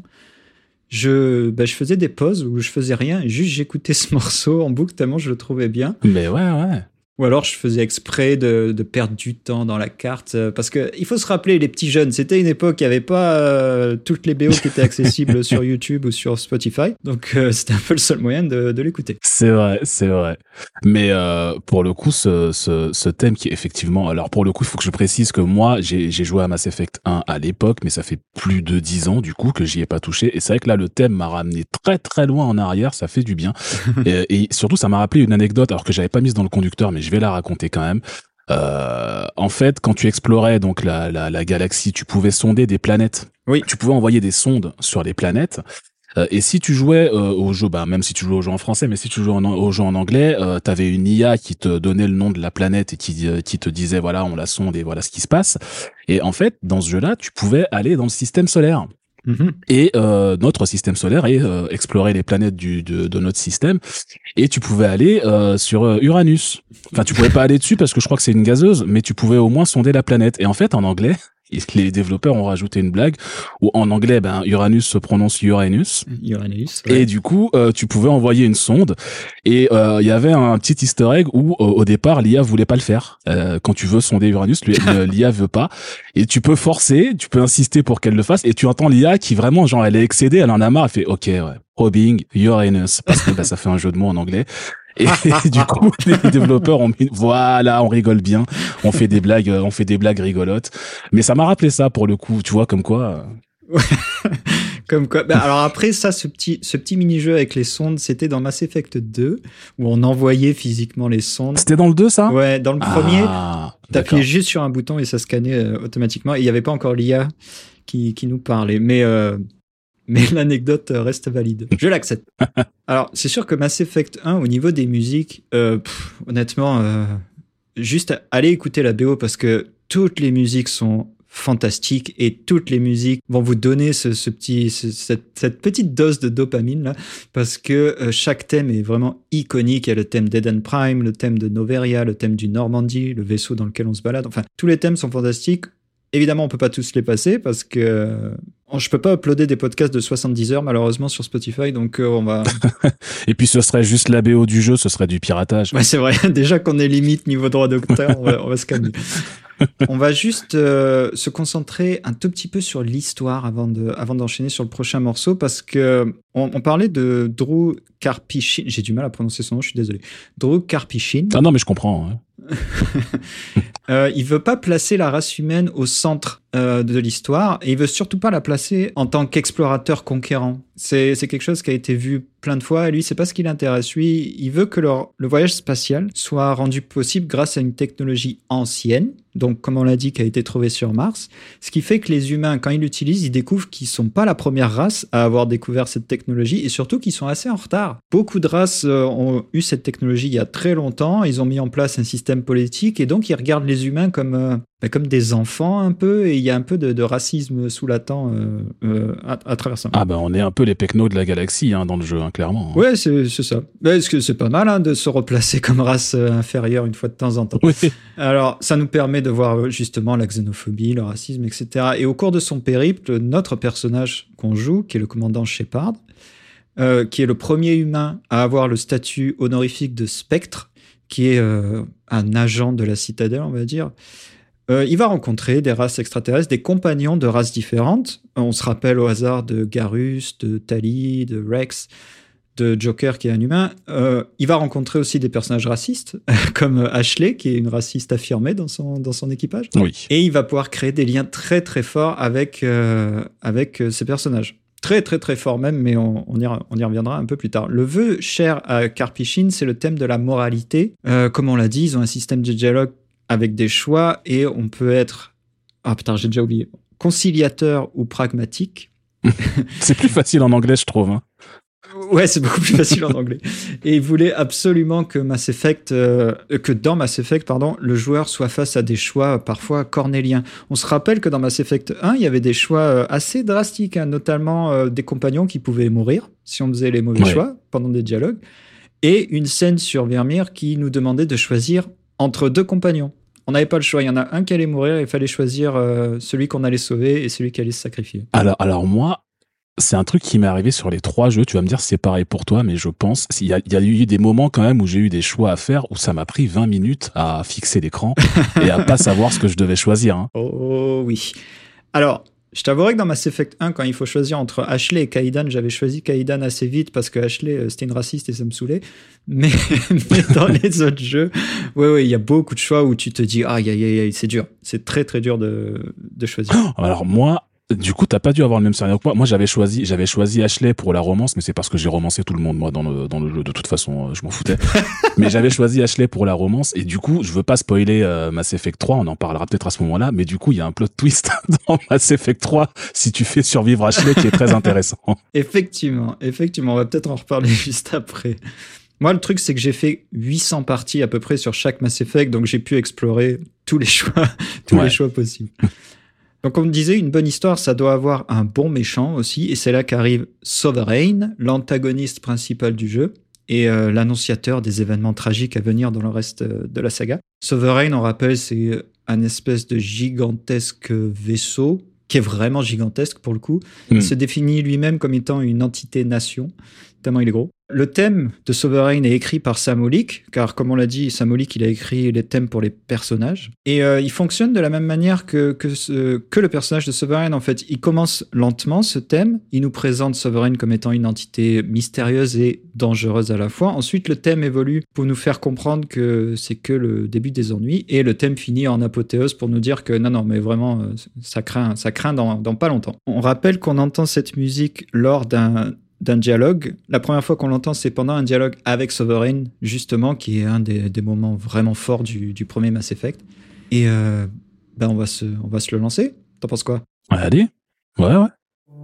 je, bah, je faisais des pauses où je faisais rien et juste j'écoutais ce morceau en boucle tellement je le trouvais bien. Mais ouais, ouais. Ou alors, je faisais exprès de, de perdre du temps dans la carte. Parce qu'il faut se rappeler, les petits jeunes, c'était une époque, il n'y avait pas euh, toutes les B O qui étaient accessibles sur YouTube ou sur Spotify. Donc, euh, c'était un peu le seul moyen de, de l'écouter. C'est vrai, c'est vrai. Mais euh, pour le coup, ce, ce, ce thème qui est effectivement... Alors, pour le coup, il faut que je précise que moi, j'ai, j'ai joué à Mass Effect un à l'époque, mais ça fait plus de dix ans, du coup, que j'y ai pas touché. Et c'est vrai que là, le thème m'a ramené très, très loin en arrière. Ça fait du bien. et, et surtout, ça m'a rappelé une anecdote, alors que j'avais pas mise dans le conducteur, mais je vais la raconter quand même. Euh, en fait, quand tu explorais donc la, la, la galaxie, tu pouvais sonder des planètes. Oui. Tu pouvais envoyer des sondes sur les planètes. Euh, et si tu jouais euh, au jeu, bah même si tu jouais au jeu en français, mais si tu jouais en, au jeu en anglais, euh, t'avais une I A qui te donnait le nom de la planète et qui euh, qui te disait voilà, on la sonde et voilà ce qui se passe. Et en fait, dans ce jeu-là, tu pouvais aller dans le système solaire. Mmh. Et euh, notre système solaire et euh, explorer les planètes du de, de notre système, et tu pouvais aller euh, sur euh, Uranus. Enfin, tu pouvais pas aller dessus parce que je crois que c'est une gazeuse, mais tu pouvais au moins sonder la planète. Et en fait, en anglais, les développeurs ont rajouté une blague où en anglais, ben Uranus se prononce Uranus. Uranus. Ouais. Et du coup, euh, tu pouvais envoyer une sonde. Et il euh, y avait un petit Easter egg où euh, au départ, l'I A voulait pas le faire. Euh, quand tu veux sonder Uranus, l'I A veut pas. Et tu peux forcer, tu peux insister pour qu'elle le fasse. Et tu entends l'I A qui vraiment, genre, elle est excédée, elle en a marre, elle fait OK, ouais, probing Uranus, parce que bah, ça fait un jeu de mots en anglais. Et, et du coup, les développeurs ont mis, voilà, on rigole bien, on fait des blagues, on fait des blagues rigolotes. Mais ça m'a rappelé ça pour le coup, tu vois, comme quoi. Ouais. Comme quoi. Bah, alors après ça, ce petit, ce petit mini-jeu avec les sondes, c'était dans Mass Effect deux, où on envoyait physiquement les sondes. C'était dans le deux, ça? Ouais, dans le premier, ah, t'appuyais juste sur un bouton et ça scannait euh, automatiquement. Et il n'y avait pas encore l'I A qui, qui nous parlait. Mais, euh, mais l'anecdote reste valide. Je l'accepte. Alors, c'est sûr que Mass Effect un, au niveau des musiques, euh, pff, honnêtement, euh, juste aller écouter la B O parce que toutes les musiques sont fantastiques et toutes les musiques vont vous donner ce, ce petit, ce, cette, cette petite dose de dopamine là, parce que euh, chaque thème est vraiment iconique. Il y a le thème d'Eden Prime, le thème de Noveria, le thème du Normandie, le vaisseau dans lequel on se balade. Enfin, tous les thèmes sont fantastiques. Évidemment, on peut pas tous les passer parce que euh, je peux pas uploader des podcasts de soixante-dix heures malheureusement sur Spotify, donc euh, on va. Et puis ce serait juste la B O du jeu, ce serait du piratage. Ouais, c'est vrai. Déjà qu'on est limite niveau droit d'auteur, on va, on va se calmer. On va juste euh, se concentrer un tout petit peu sur l'histoire avant de, avant d'enchaîner sur le prochain morceau, parce que on, on parlait de Drew Karpyshyn. J'ai du mal à prononcer son nom, je suis désolé. Drew Karpyshyn. Ah non, mais je comprends. Hein. euh, il veut pas placer la race humaine au centre euh, de l'histoire, et il veut surtout pas la placer en tant qu'explorateur conquérant. C'est, c'est quelque chose qui a été vu plein de fois, et lui, c'est pas ce qui l'intéresse. Lui, il veut que leur, le voyage spatial soit rendu possible grâce à une technologie ancienne, donc comme on l'a dit, qui a été trouvée sur Mars, ce qui fait que les humains, quand ils l'utilisent, ils découvrent qu'ils sont pas la première race à avoir découvert cette technologie, et surtout qu'ils sont assez en retard. Beaucoup de races euh, ont eu cette technologie il y a très longtemps, ils ont mis en place un système politique, et donc ils regardent les humains comme, euh, bah, comme des enfants un peu, et il y a un peu de, de racisme sous-latent euh, euh, à, à travers ça. Ah ben bah on est un peu les pecnos de la galaxie hein, dans le jeu, hein, clairement. Hein. Ouais, c'est, c'est ça. Mais est-ce que c'est pas mal hein, de se replacer comme race euh, inférieure une fois de temps en temps. Oui. Alors, ça nous permet de voir justement la xénophobie, le racisme, et cetera. Et au cours de son périple, notre personnage qu'on joue, qui est le commandant Shepard, euh, qui est le premier humain à avoir le statut honorifique de Spectre, qui est euh, un agent de la citadelle, on va dire. Euh, il va rencontrer des races extraterrestres, des compagnons de races différentes. On se rappelle au hasard de Garrus, de Tali, de Rex, de Joker qui est un humain. Euh, il va rencontrer aussi des personnages racistes, comme Ashley, qui est une raciste affirmée dans son, dans son équipage. Oui. Et il va pouvoir créer des liens très très forts avec, euh, avec ces personnages. Très très très fort même, mais on, on, y, on y reviendra un peu plus tard. Le vœu cher à Karpyshyn, c'est le thème de la moralité. Euh, comme on l'a dit, ils ont un système de dialogue avec des choix, et on peut être... Ah putain, j'ai déjà oublié. Conciliateur ou pragmatique. C'est plus facile en anglais, je trouve. Hein. Ouais, c'est beaucoup plus facile en anglais. Et il voulait absolument que Mass Effect, euh, que dans Mass Effect, pardon, le joueur soit face à des choix parfois cornéliens. On se rappelle que dans Mass Effect un, il y avait des choix assez drastiques, hein, notamment euh, des compagnons qui pouvaient mourir si on faisait les mauvais ouais. choix pendant des dialogues. et une scène sur Vermeer qui nous demandait de choisir entre deux compagnons. On n'avait pas le choix. Il y en a un qui allait mourir. Il fallait choisir euh, celui qu'on allait sauver et celui qui allait se sacrifier. Alors, alors moi, c'est un truc qui m'est arrivé sur les trois jeux. Tu vas me dire si c'est pareil pour toi, mais je pense il y a, il y a eu des moments quand même où j'ai eu des choix à faire où ça m'a pris vingt minutes à fixer l'écran et à pas savoir ce que je devais choisir. Hein. Oh oui. Alors, je t'avouerai que dans Mass Effect un, quand il faut choisir entre Ashley et Kaidan, j'avais choisi Kaidan assez vite parce que Ashley, c'était une raciste et ça me saoulait. Mais, mais dans les autres jeux, ouais, ouais, il y a beaucoup de choix où tu te dis, aïe, aïe, aïe, c'est dur. C'est très, très dur de, de choisir. Alors moi, du coup, t'as pas dû avoir le même scénario que moi. Moi, j'avais choisi, j'avais choisi Ashley pour la romance, mais c'est parce que j'ai romancé tout le monde, moi, dans le, dans le jeu. De toute façon, je m'en foutais. Mais j'avais choisi Ashley pour la romance, et du coup, je veux pas spoiler euh, Mass Effect trois, on en parlera peut-être à ce moment-là, mais du coup, il y a un plot twist dans Mass Effect trois, si tu fais survivre Ashley, qui est très intéressant. Effectivement, effectivement, on va peut-être en reparler juste après. Moi, le truc, c'est que j'ai fait huit cents parties à peu près sur chaque Mass Effect, donc j'ai pu explorer tous les choix, tous ouais. les choix possibles. Donc, on me disait, une bonne histoire, ça doit avoir un bon méchant aussi, et c'est là qu'arrive Sovereign, l'antagoniste principal du jeu, et euh, l'annonciateur des événements tragiques à venir dans le reste de la saga. Sovereign, on rappelle, c'est un espèce de gigantesque vaisseau, qui est vraiment gigantesque pour le coup. Mmh. Il se définit lui-même comme étant une entité-nation, tellement il est gros. Le thème de Sovereign est écrit par Sam Olick, car comme on l'a dit, Sam Olick, il a écrit les thèmes pour les personnages. Et euh, il fonctionne de la même manière que, que, ce, que le personnage de Sovereign, en fait. Il commence lentement, ce thème. Il nous présente Sovereign comme étant une entité mystérieuse et dangereuse à la fois. Ensuite, le thème évolue pour nous faire comprendre que c'est que le début des ennuis. Et le thème finit en apothéose pour nous dire que non, non, mais vraiment, ça craint, ça craint dans, dans pas longtemps. On rappelle qu'on entend cette musique lors d'un... d'un dialogue. La première fois qu'on l'entend, c'est pendant un dialogue avec Sovereign, justement, qui est un des, des moments vraiment forts du, du premier Mass Effect. Et euh, ben on va se, on va se le lancer. T'en penses quoi ? Allez, ouais, ouais.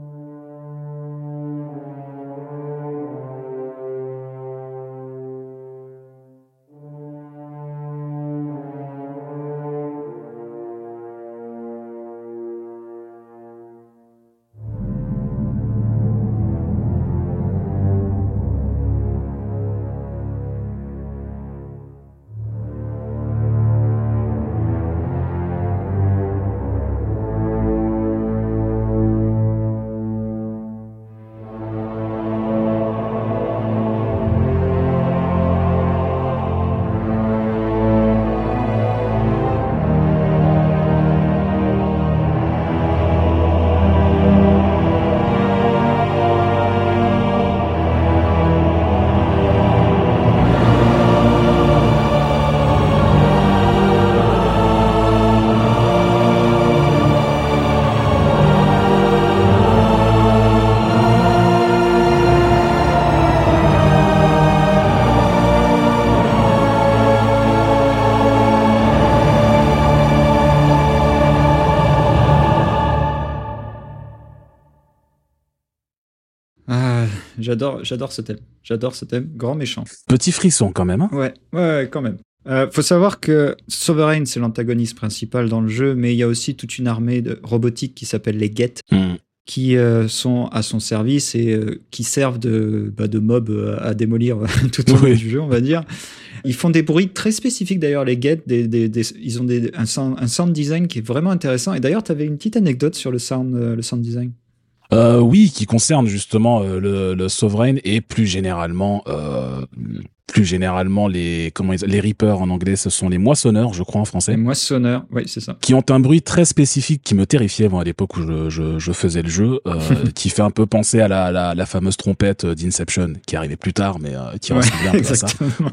J'adore, j'adore ce thème. J'adore ce thème. Grand méchant. Petit frisson quand même. Hein ouais, ouais, ouais, quand même. Euh, faut savoir que Sovereign, c'est l'antagoniste principal dans le jeu, mais il y a aussi toute une armée de robotiques qui s'appelle les Geth, mm. qui euh, sont à son service et euh, qui servent de, bah, de mobs à démolir tout au long oui. du jeu, on va dire. Ils font des bruits très spécifiques d'ailleurs, les Geth. Des, des, des, ils ont des, un, sound, un sound design qui est vraiment intéressant. Et d'ailleurs, tu avais une petite anecdote sur le sound, euh, le sound design. Euh, oui, qui concerne justement euh, le, le Sovereign et plus généralement, euh, plus généralement les comment ils, les Reapers en anglais, ce sont les moissonneurs, je crois en français. Les moissonneurs, oui, c'est ça. Qui ont un bruit très spécifique qui me terrifiait moi à l'époque où je, je, je faisais le jeu, euh, qui fait un peu penser à la, la, la fameuse trompette d'Inception qui arrivait plus tard, mais euh, qui ressemblait ouais, un peu à ça.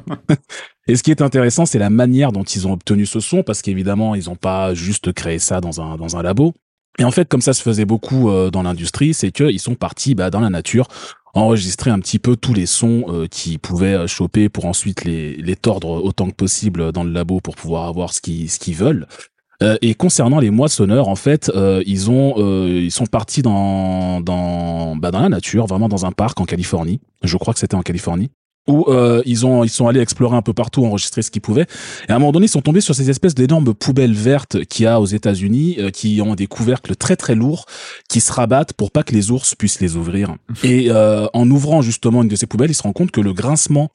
Et ce qui est intéressant, c'est la manière dont ils ont obtenu ce son, parce qu'évidemment, ils n'ont pas juste créé ça dans un dans un labo. Et en fait, comme ça se faisait beaucoup euh, dans l'industrie, c'est qu'ils sont partis bah, dans la nature, enregistrer un petit peu tous les sons euh, qu'ils pouvaient choper pour ensuite les, les tordre autant que possible dans le labo pour pouvoir avoir ce qu'ils, ce qu'ils veulent. Euh, et concernant les moissonneurs, en fait, euh, ils ont, euh, ils sont partis dans dans bah, dans la nature, vraiment dans un parc en Californie. Je crois que c'était en Californie. Où euh, ils ont ils sont allés explorer un peu partout, enregistrer ce qu'ils pouvaient. Et à un moment donné, ils sont tombés sur ces espèces d'énormes poubelles vertes qu'il y a aux États-Unis, euh, qui ont des couvercles très très lourds, qui se rabattent pour pas que les ours puissent les ouvrir. Et euh, en ouvrant justement une de ces poubelles, ils se rendent compte que le grincement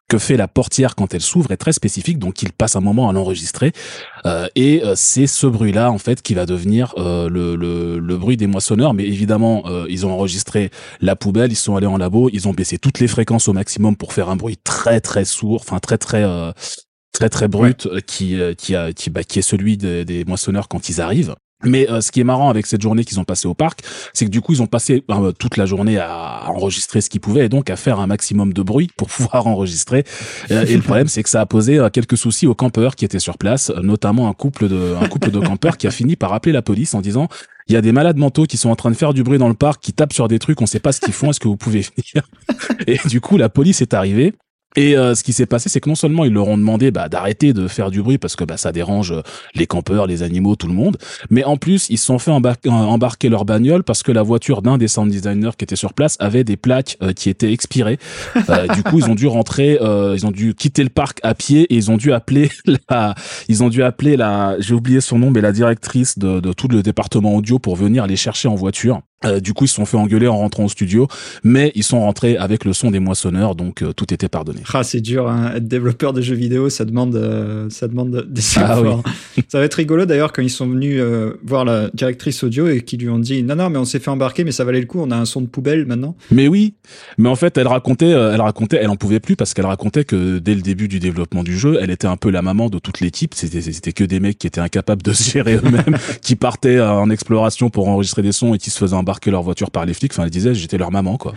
que fait la portière quand elle s'ouvre est très spécifique, donc il passe un moment à l'enregistrer. Euh, et euh, c'est ce bruit-là en fait qui va devenir euh, le, le, le bruit des moissonneurs. Mais évidemment, euh, ils ont enregistré la poubelle, ils sont allés en labo, ils ont baissé toutes les fréquences au maximum pour faire un bruit très très sourd, enfin très très euh, très très brut, ouais. qui qui a qui bah, qui est celui de, des moissonneurs quand ils arrivent. Mais euh, ce qui est marrant avec cette journée qu'ils ont passée au parc, c'est que du coup ils ont passé euh, toute la journée à, à enregistrer ce qu'ils pouvaient et donc à faire un maximum de bruit pour pouvoir enregistrer. Euh, et le problème, c'est que ça a posé euh, quelques soucis aux campeurs qui étaient sur place, notamment un couple de un couple de campeurs qui a fini par appeler la police en disant il y a des malades mentaux qui sont en train de faire du bruit dans le parc, qui tapent sur des trucs, on sait pas ce qu'ils font, est-ce que vous pouvez venir? Et du coup la police est arrivée. Et euh, ce qui s'est passé, c'est que non seulement ils leur ont demandé bah, d'arrêter de faire du bruit parce que bah, ça dérange les campeurs, les animaux, tout le monde, mais en plus ils se sont fait embar- embarquer leur bagnole parce que la voiture d'un des sound designers qui était sur place avait des plaques euh, qui étaient expirées. Euh, du coup, ils ont dû rentrer, euh, ils ont dû quitter le parc à pied et ils ont dû appeler la, ils ont dû appeler la, j'ai oublié son nom, mais la directrice de, de tout le département audio pour venir les chercher en voiture. Euh, du coup, ils se sont fait engueuler en rentrant au studio, mais ils sont rentrés avec le son des moissonneurs, donc euh, tout était pardonné. Ah, c'est dur, hein. Être développeur de jeux vidéo, ça demande, euh, ça demande des efforts. Ah, oui. Ça va être rigolo d'ailleurs quand ils sont venus euh, voir la directrice audio et qui lui ont dit non non mais on s'est fait embarquer mais ça valait le coup, on a un son de poubelle maintenant. Mais oui, mais en fait elle racontait, euh, elle racontait, elle en pouvait plus parce qu'elle racontait que dès le début du développement du jeu, elle était un peu la maman de toute l'équipe. C'était, c'était que des mecs qui étaient incapables de se gérer eux-mêmes, qui partaient en exploration pour enregistrer des sons et qui se faisaient embarquer leur voiture par les flics. Enfin, elle disait j'étais leur maman quoi.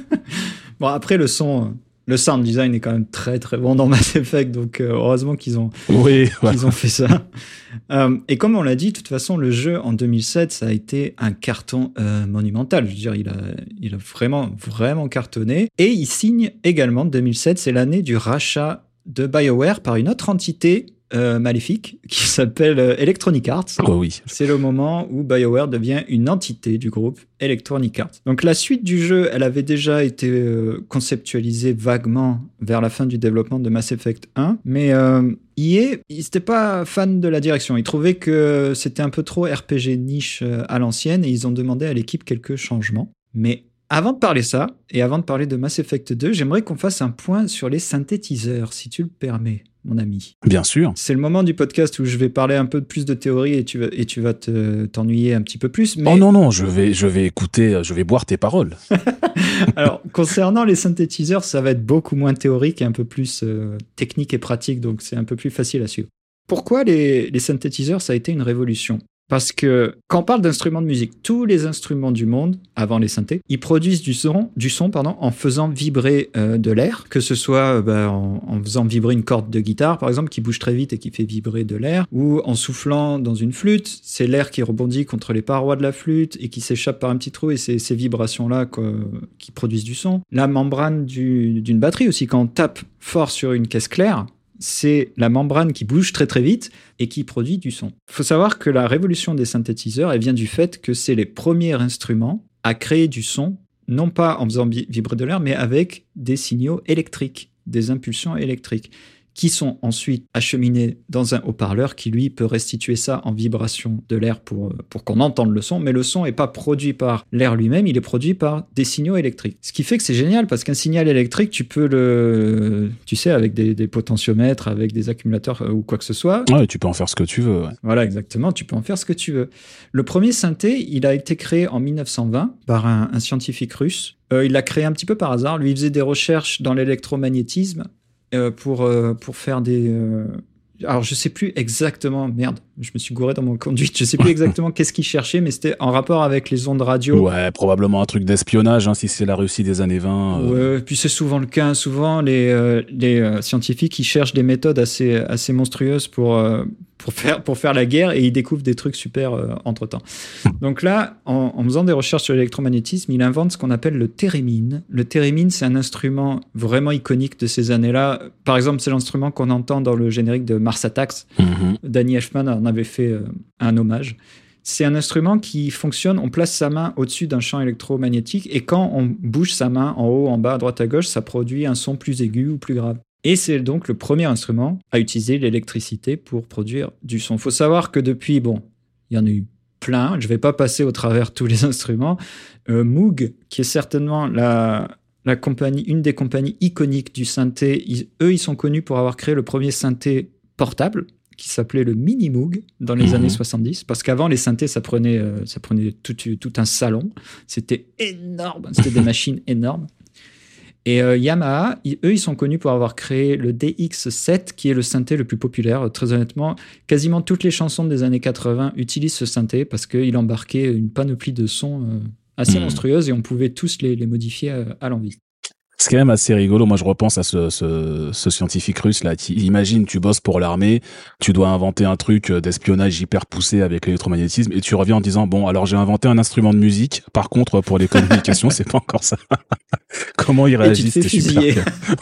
Bon après le son. Le sound design est quand même très très bon dans Mass Effect, donc euh, heureusement qu'ils ont, oui, voilà. qu'ils ont fait ça. Euh, et comme on l'a dit, de toute façon, le jeu en deux mille sept, ça a été un carton euh, monumental. Je veux dire, il a, il a vraiment vraiment cartonné. Et il signe également deux mille sept, c'est l'année du rachat de BioWare par une autre entité euh, maléfique qui s'appelle euh, Electronic Arts. Oh oui. C'est le moment où BioWare devient une entité du groupe Electronic Arts. Donc la suite du jeu, elle avait déjà été euh, conceptualisée vaguement vers la fin du développement de Mass Effect un, mais euh, E A, ils n'étaient pas fans de la direction. Ils trouvaient que c'était un peu trop R P G niche euh, à l'ancienne et ils ont demandé à l'équipe quelques changements. Mais avant de parler ça, et avant de parler de Mass Effect deux, j'aimerais qu'on fasse un point sur les synthétiseurs, si tu le permets, mon ami. Bien sûr. C'est le moment du podcast où je vais parler un peu plus de théorie et tu vas, et tu vas te, t'ennuyer un petit peu plus. Mais... Oh non, non, je vais, je vais écouter, je vais boire tes paroles. Alors, concernant les synthétiseurs, ça va être beaucoup moins théorique et un peu plus euh, technique et pratique, donc c'est un peu plus facile à suivre. Pourquoi les, les synthétiseurs, ça a été une révolution ? Parce que quand on parle d'instruments de musique, tous les instruments du monde, avant les synthés, ils produisent du son, du son pardon, en faisant vibrer euh, de l'air, que ce soit euh, bah, en, en faisant vibrer une corde de guitare, par exemple, qui bouge très vite et qui fait vibrer de l'air, ou en soufflant dans une flûte, c'est l'air qui rebondit contre les parois de la flûte et qui s'échappe par un petit trou, et c'est ces vibrations-là quoi, qui produisent du son. La membrane du, d'une batterie aussi, quand on tape fort sur une caisse claire, c'est la membrane qui bouge très très vite et qui produit du son. Il faut savoir que la révolution des synthétiseurs, elle vient du fait que c'est les premiers instruments à créer du son, non pas en faisant vibrer de l'air, mais avec des signaux électriques, des impulsions électriques, qui sont ensuite acheminés dans un haut-parleur qui, lui, peut restituer ça en vibration de l'air pour, pour qu'on entende le son, mais le son n'est pas produit par l'air lui-même, il est produit par des signaux électriques. Ce qui fait que c'est génial, parce qu'un signal électrique, tu peux le... Tu sais, avec des, des potentiomètres, avec des accumulateurs euh, ou quoi que ce soit... Ouais, tu peux en faire ce que tu veux. Ouais. Voilà, exactement, tu peux en faire ce que tu veux. Le premier synthé, il a été créé en dix-neuf cent vingt par un, un scientifique russe. Euh, il l'a créé un petit peu par hasard. Lui, il faisait des recherches dans l'électromagnétisme Euh, pour, euh, pour faire des... Euh... Alors, je sais plus exactement... Merde, je me suis gouré dans mon conduite. Je sais plus exactement qu'est-ce qu'il cherchait, mais c'était en rapport avec les ondes radio. Ouais, probablement un truc d'espionnage, hein, si c'est la Russie des années vingt. Euh... Ouais, puis c'est souvent le cas. Souvent, les, euh, les euh, scientifiques, ils cherchent des méthodes assez, assez monstrueuses pour, euh, pour, faire, pour faire la guerre et ils découvrent des trucs super euh, entre-temps. Donc là, en, en faisant des recherches sur l'électromagnétisme, il invente ce qu'on appelle le thérémine. Le thérémine, c'est un instrument vraiment iconique de ces années-là. Par exemple, c'est l'instrument qu'on entend dans le générique de Mars Attacks. Mm-hmm. Danny Elfman en avait fait euh, un hommage. C'est un instrument qui fonctionne, on place sa main au-dessus d'un champ électromagnétique et quand on bouge sa main en haut, en bas, à droite, à gauche, ça produit un son plus aigu ou plus grave. Et c'est donc le premier instrument à utiliser l'électricité pour produire du son. Il faut savoir que depuis, bon, il y en a eu plein, je ne vais pas passer au travers tous les instruments. Euh, Moog, qui est certainement la... la compagnie, une des compagnies iconiques du synthé. Ils, eux, ils sont connus pour avoir créé le premier synthé portable qui s'appelait le Mini Moog dans les mmh. années soixante-dix. Parce qu'avant, les synthés, ça prenait, euh, ça prenait tout, tout un salon. C'était énorme. C'était des machines énormes. Et euh, Yamaha, ils, eux, ils sont connus pour avoir créé le D X sept, qui est le synthé le plus populaire. Très honnêtement, quasiment toutes les chansons des années quatre-vingts utilisent ce synthé parce qu'il embarquait une panoplie de sons euh, assez mmh. monstrueuse et on pouvait tous les, les modifier à, à l'envie. C'est quand même assez rigolo. Moi, je repense à ce, ce, ce scientifique russe là. Qui, imagine, tu bosses pour l'armée, tu dois inventer un truc d'espionnage hyper poussé avec l'électromagnétisme, et tu reviens en disant bon, alors j'ai inventé un instrument de musique. Par contre, pour les communications, c'est pas encore ça. Comment il réagit? C'était super.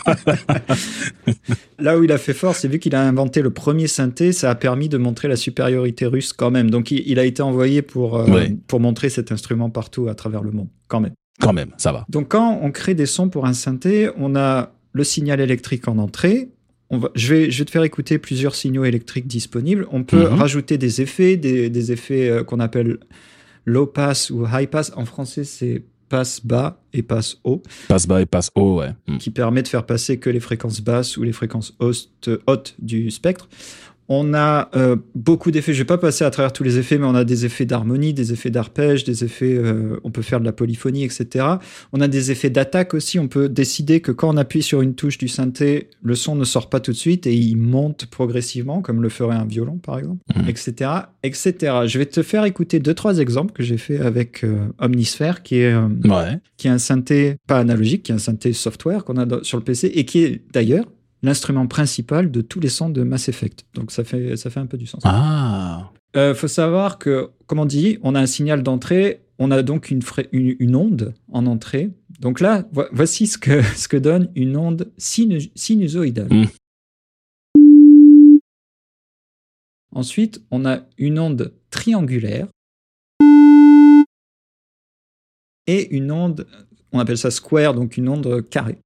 Là où il a fait fort, c'est vu qu'il a inventé le premier synthé, ça a permis de montrer la supériorité russe quand même. Donc, il, il a été envoyé pour euh, ouais. pour montrer cet instrument partout à travers le monde, quand même. Quand même, ça va. Donc, quand on crée des sons pour un synthé, on a le signal électrique en entrée. On va, je, vais, je vais te faire écouter plusieurs signaux électriques disponibles. On peut mm-hmm. rajouter des effets, des, des effets euh, qu'on appelle low pass ou high pass. En français, c'est passe bas et passe haut. Passe bas et passe haut, ouais. Mm. Qui permet de faire passer que les fréquences basses ou les fréquences hautes, hautes du spectre. On a euh, beaucoup d'effets. Je vais pas passer à travers tous les effets, mais on a des effets d'harmonie, des effets d'arpège, des effets. Euh, on peut faire de la polyphonie, et cetera. On a des effets d'attaque aussi. On peut décider que quand on appuie sur une touche du synthé, le son ne sort pas tout de suite et il monte progressivement, comme le ferait un violon, par exemple, mmh. et cetera, et cetera. Je vais te faire écouter deux, trois exemples que j'ai fait avec euh, Omnisphere, qui est euh, ouais. qui est un synthé pas analogique, qui est un synthé software qu'on a sur le P C et qui est d'ailleurs l'instrument principal de tous les sons de Mass Effect. Donc, ça fait, ça fait un peu du sens. Ah. Euh, faut savoir que, comme on dit, on a un signal d'entrée, on a donc une, fra- une, une onde en entrée. Donc là, vo- voici ce que, ce que donne une onde sinu- sinusoïdale. Mm. Ensuite, on a une onde triangulaire et une onde, on appelle ça square, donc une onde carrée.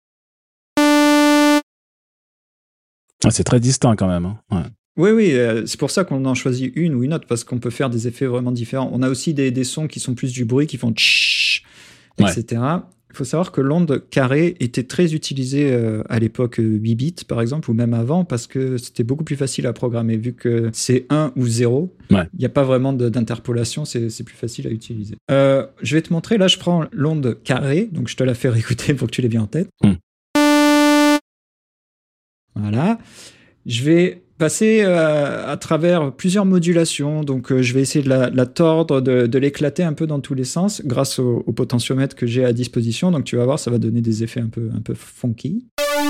Ah, c'est très distinct quand même. Hein. Ouais. Oui, oui, euh, c'est pour ça qu'on en choisit une ou une autre, parce qu'on peut faire des effets vraiment différents. On a aussi des, des sons qui sont plus du bruit, qui font tch, ouais. et cetera. Il faut savoir que l'onde carrée était très utilisée euh, à l'époque huit bits, par exemple, ou même avant, parce que c'était beaucoup plus facile à programmer. Vu que c'est un ou zéro, il ouais. n'y a pas vraiment de, d'interpolation, c'est, c'est plus facile à utiliser. Euh, je vais te montrer, là, je prends l'onde carrée, donc je te la fais réécouter pour que tu l'aies bien en tête. Mm. Voilà. Je vais passer euh, à travers plusieurs modulations. Donc, euh, je vais essayer de la, la tordre, de, de l'éclater un peu dans tous les sens grâce au, au potentiomètre que j'ai à disposition. Donc, tu vas voir, ça va donner des effets un peu, un peu funky.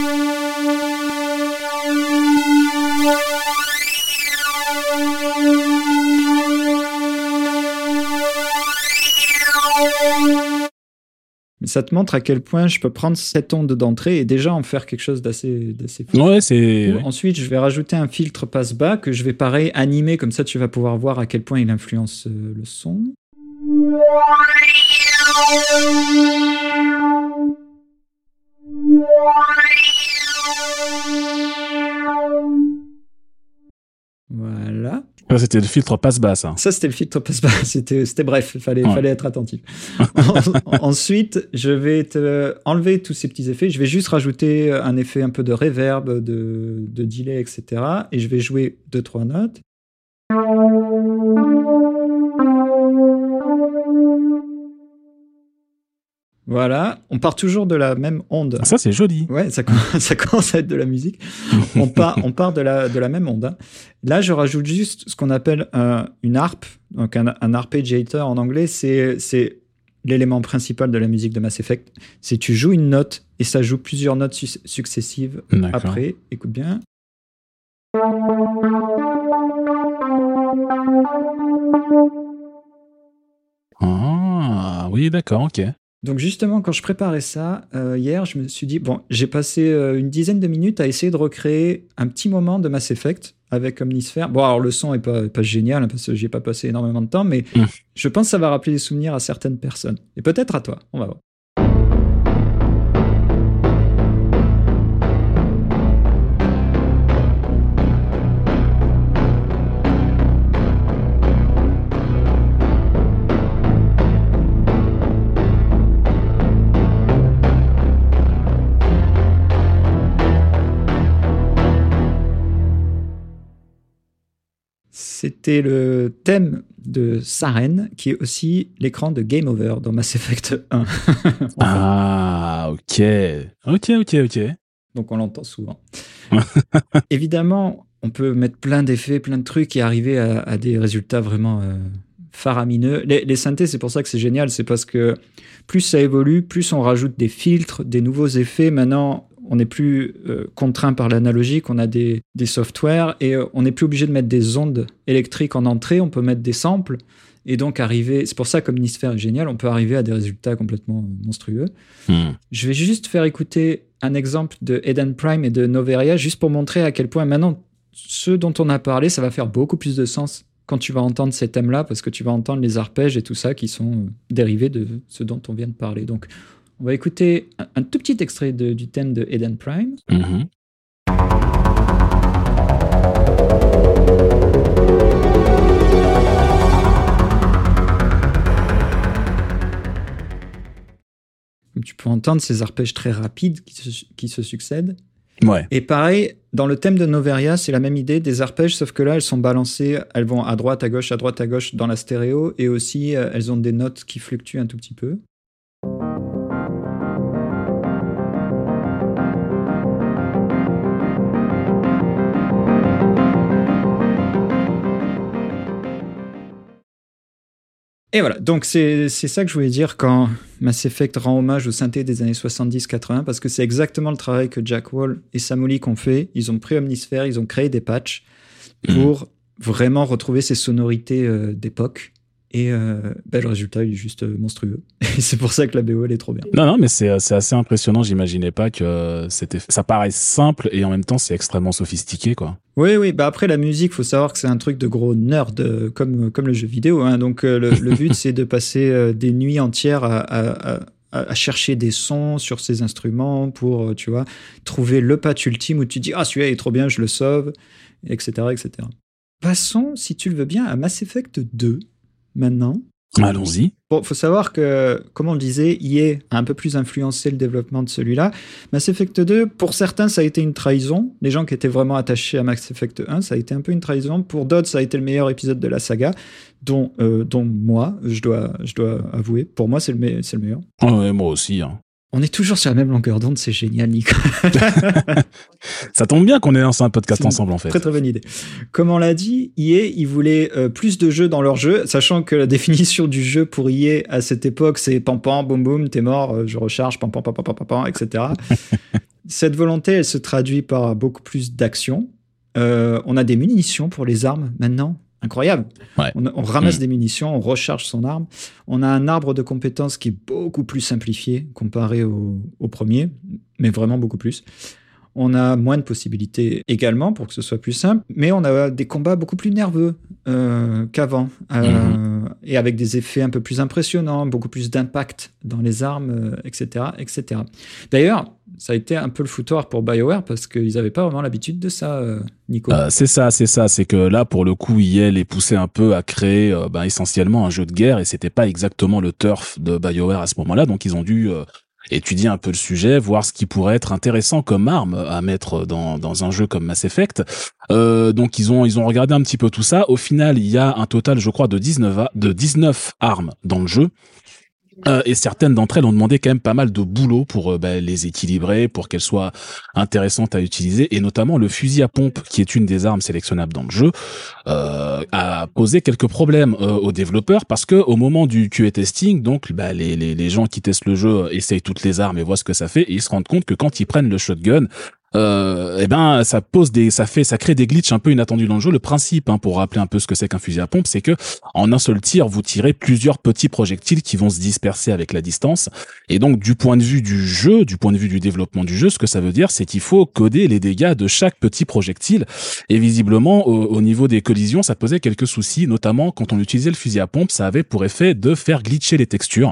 Mais ça te montre à quel point je peux prendre cette onde d'entrée et déjà en faire quelque chose d'assez, d'assez fou. Ouais, c'est... Ouais. Ensuite, je vais rajouter un filtre passe-bas que je vais pareil animer, comme ça tu vas pouvoir voir à quel point il influence euh, le son. Voilà. Ça, c'était le filtre passe-bas, ça. Ça, c'était le filtre passe-bas. C'était, c'était bref, il fallait, ouais. fallait être attentif. en, ensuite, je vais te enlever tous ces petits effets. Je vais juste rajouter un effet un peu de reverb, de, de delay, et cetera. Et je vais jouer deux, trois notes. Voilà, on part toujours de la même onde. Ça, c'est joli. Ouais, ça, ça commence à être de la musique. on, part, on part de la, de la même onde. Hein. Là, je rajoute juste ce qu'on appelle un, une harpe, donc un, un arpeggiator en anglais. C'est, c'est l'élément principal de la musique de Mass Effect. C'est tu joues une note et ça joue plusieurs notes su- successives. D'accord. Après. Écoute bien. Ah, oui, d'accord, ok. Donc justement, quand je préparais ça, euh, hier, je me suis dit, bon, j'ai passé euh, une dizaine de minutes à essayer de recréer un petit moment de Mass Effect avec Omnisphere. Bon, alors le son est pas, pas génial, hein, parce que j'y ai pas passé énormément de temps, mais mmh. je pense que ça va rappeler des souvenirs à certaines personnes. Et peut-être à toi, on va voir. c'était le thème de Saren, qui est aussi l'écran de Game Over dans Mass Effect un. Enfin. Ah, ok. Ok, ok, ok. Donc on l'entend souvent. Évidemment, on peut mettre plein d'effets, plein de trucs et arriver à, à des résultats vraiment euh, faramineux. Les, les synthés, c'est pour ça que c'est génial, c'est parce que plus ça évolue, plus on rajoute des filtres, des nouveaux effets. Maintenant, on n'est plus euh, contraint par l'analogique, on a des, des softwares et euh, on n'est plus obligé de mettre des ondes électriques en entrée, on peut mettre des samples et donc arriver, c'est pour ça que Omnisphere est génial, on peut arriver à des résultats complètement monstrueux. Mm. Je vais juste faire écouter un exemple de Eden Prime et de Noveria, juste pour montrer à quel point maintenant, ce dont on a parlé, ça va faire beaucoup plus de sens quand tu vas entendre ces thèmes-là, parce que tu vas entendre les arpèges et tout ça qui sont dérivés de ce dont on vient de parler. Donc, on va écouter un, un tout petit extrait de, du thème de Eden Prime. Mm-hmm. Tu peux entendre ces arpèges très rapides qui se, qui se succèdent. Ouais. Et pareil, dans le thème de Noveria, c'est la même idée, des arpèges, sauf que là, elles sont balancées, elles vont à droite, à gauche, à droite, à gauche dans la stéréo, et aussi, euh, elles ont des notes qui fluctuent un tout petit peu. Et voilà, donc c'est, c'est ça que je voulais dire quand Mass Effect rend hommage au synthé des années soixante-dix quatre-vingts, parce que c'est exactement le travail que Jack Wall et Sam Olik ont fait. Ils ont pris Omnisphere, ils ont créé des patchs pour mmh. vraiment retrouver ces sonorités euh, d'époque. Et euh, ben, le résultat, il est juste monstrueux. Et c'est pour ça que la B O, elle est trop bien. Non, non, mais c'est, c'est assez impressionnant. J'imaginais pas que c'était, ça paraît simple et en même temps, c'est extrêmement sophistiqué, quoi. Oui, oui. Bah après, la musique, faut savoir que c'est un truc de gros nerd, euh, comme, comme le jeu vidéo. Hein. Donc, euh, le, le but, c'est de passer euh, des nuits entières à, à, à, à chercher des sons sur ces instruments pour, tu vois, trouver le patch ultime où tu dis « Ah, celui-là est trop bien, je le sauve », et cetera, et cetera. Passons, si tu le veux bien, à Mass Effect deux. Maintenant. Allons-y. Bon, faut savoir que, comme on le disait, E A a un peu plus influencé le développement de celui-là. Mass Effect deux, pour certains, ça a été une trahison. Les gens qui étaient vraiment attachés à Mass Effect un, ça a été un peu une trahison. Pour d'autres, ça a été le meilleur épisode de la saga, dont, euh, dont moi, je dois, je dois avouer. Pour moi, c'est le, me- c'est le meilleur. Oh, ouais, moi aussi, hein. On est toujours sur la même longueur d'onde, c'est génial, Nico. Ça tombe bien qu'on ait lancé un podcast c'est ensemble, en fait. Très, très bonne idée. Comme on l'a dit, E A, ils voulaient euh, plus de jeux dans leur jeu, sachant que la définition du jeu pour E A à cette époque, c'est pam pam, boum boum, t'es mort, euh, je recharge, pam pam pam pam pam pam, et cetera. Cette volonté, elle se traduit par beaucoup plus d'action. Euh, on a des munitions pour les armes maintenant. Incroyable. Ouais. On, on ramasse mmh. des munitions, on recharge son arme. On a un arbre de compétences qui est beaucoup plus simplifié comparé au, au premier, mais vraiment beaucoup plus. On a moins de possibilités également pour que ce soit plus simple, mais on a des combats beaucoup plus nerveux euh, qu'avant, euh, mmh. et avec des effets un peu plus impressionnants, beaucoup plus d'impact dans les armes, euh, et cetera, et cetera. D'ailleurs, ça a été un peu le foutoir pour BioWare parce qu'ils n'avaient pas vraiment l'habitude de ça, euh, Nico. Euh, c'est ça, c'est ça. C'est que là, pour le coup, E A les poussait un peu à créer euh, bah, essentiellement un jeu de guerre et c'était pas exactement le turf de BioWare à ce moment-là. Donc, ils ont dû euh, étudier un peu le sujet, voir ce qui pourrait être intéressant comme arme à mettre dans, dans un jeu comme Mass Effect. Euh, donc, ils ont, ils ont regardé un petit peu tout ça. Au final, il y a un total, je crois, de dix-neuf, de dix-neuf armes dans le jeu. Euh, et certaines d'entre elles ont demandé quand même pas mal de boulot pour euh, bah, les équilibrer, pour qu'elles soient intéressantes à utiliser, et notamment le fusil à pompe, qui est une des armes sélectionnables dans le jeu, euh, a posé quelques problèmes euh, aux développeurs parce que au moment du Q A testing, donc bah, les, les, les gens qui testent le jeu essayent toutes les armes et voient ce que ça fait, et ils se rendent compte que quand ils prennent le shotgun, euh, eh ben ça pose des, ça fait, ça crée des glitches un peu inattendus dans le jeu. Le principe, hein, pour rappeler un peu ce que c'est qu'un fusil à pompe, c'est que en un seul tir, vous tirez plusieurs petits projectiles qui vont se disperser avec la distance. Et donc, du point de vue du jeu, du point de vue du développement du jeu, ce que ça veut dire, c'est qu'il faut coder les dégâts de chaque petit projectile. Et visiblement, au, au niveau des collisions, ça posait quelques soucis, notamment quand on utilisait le fusil à pompe, ça avait pour effet de faire glitcher les textures.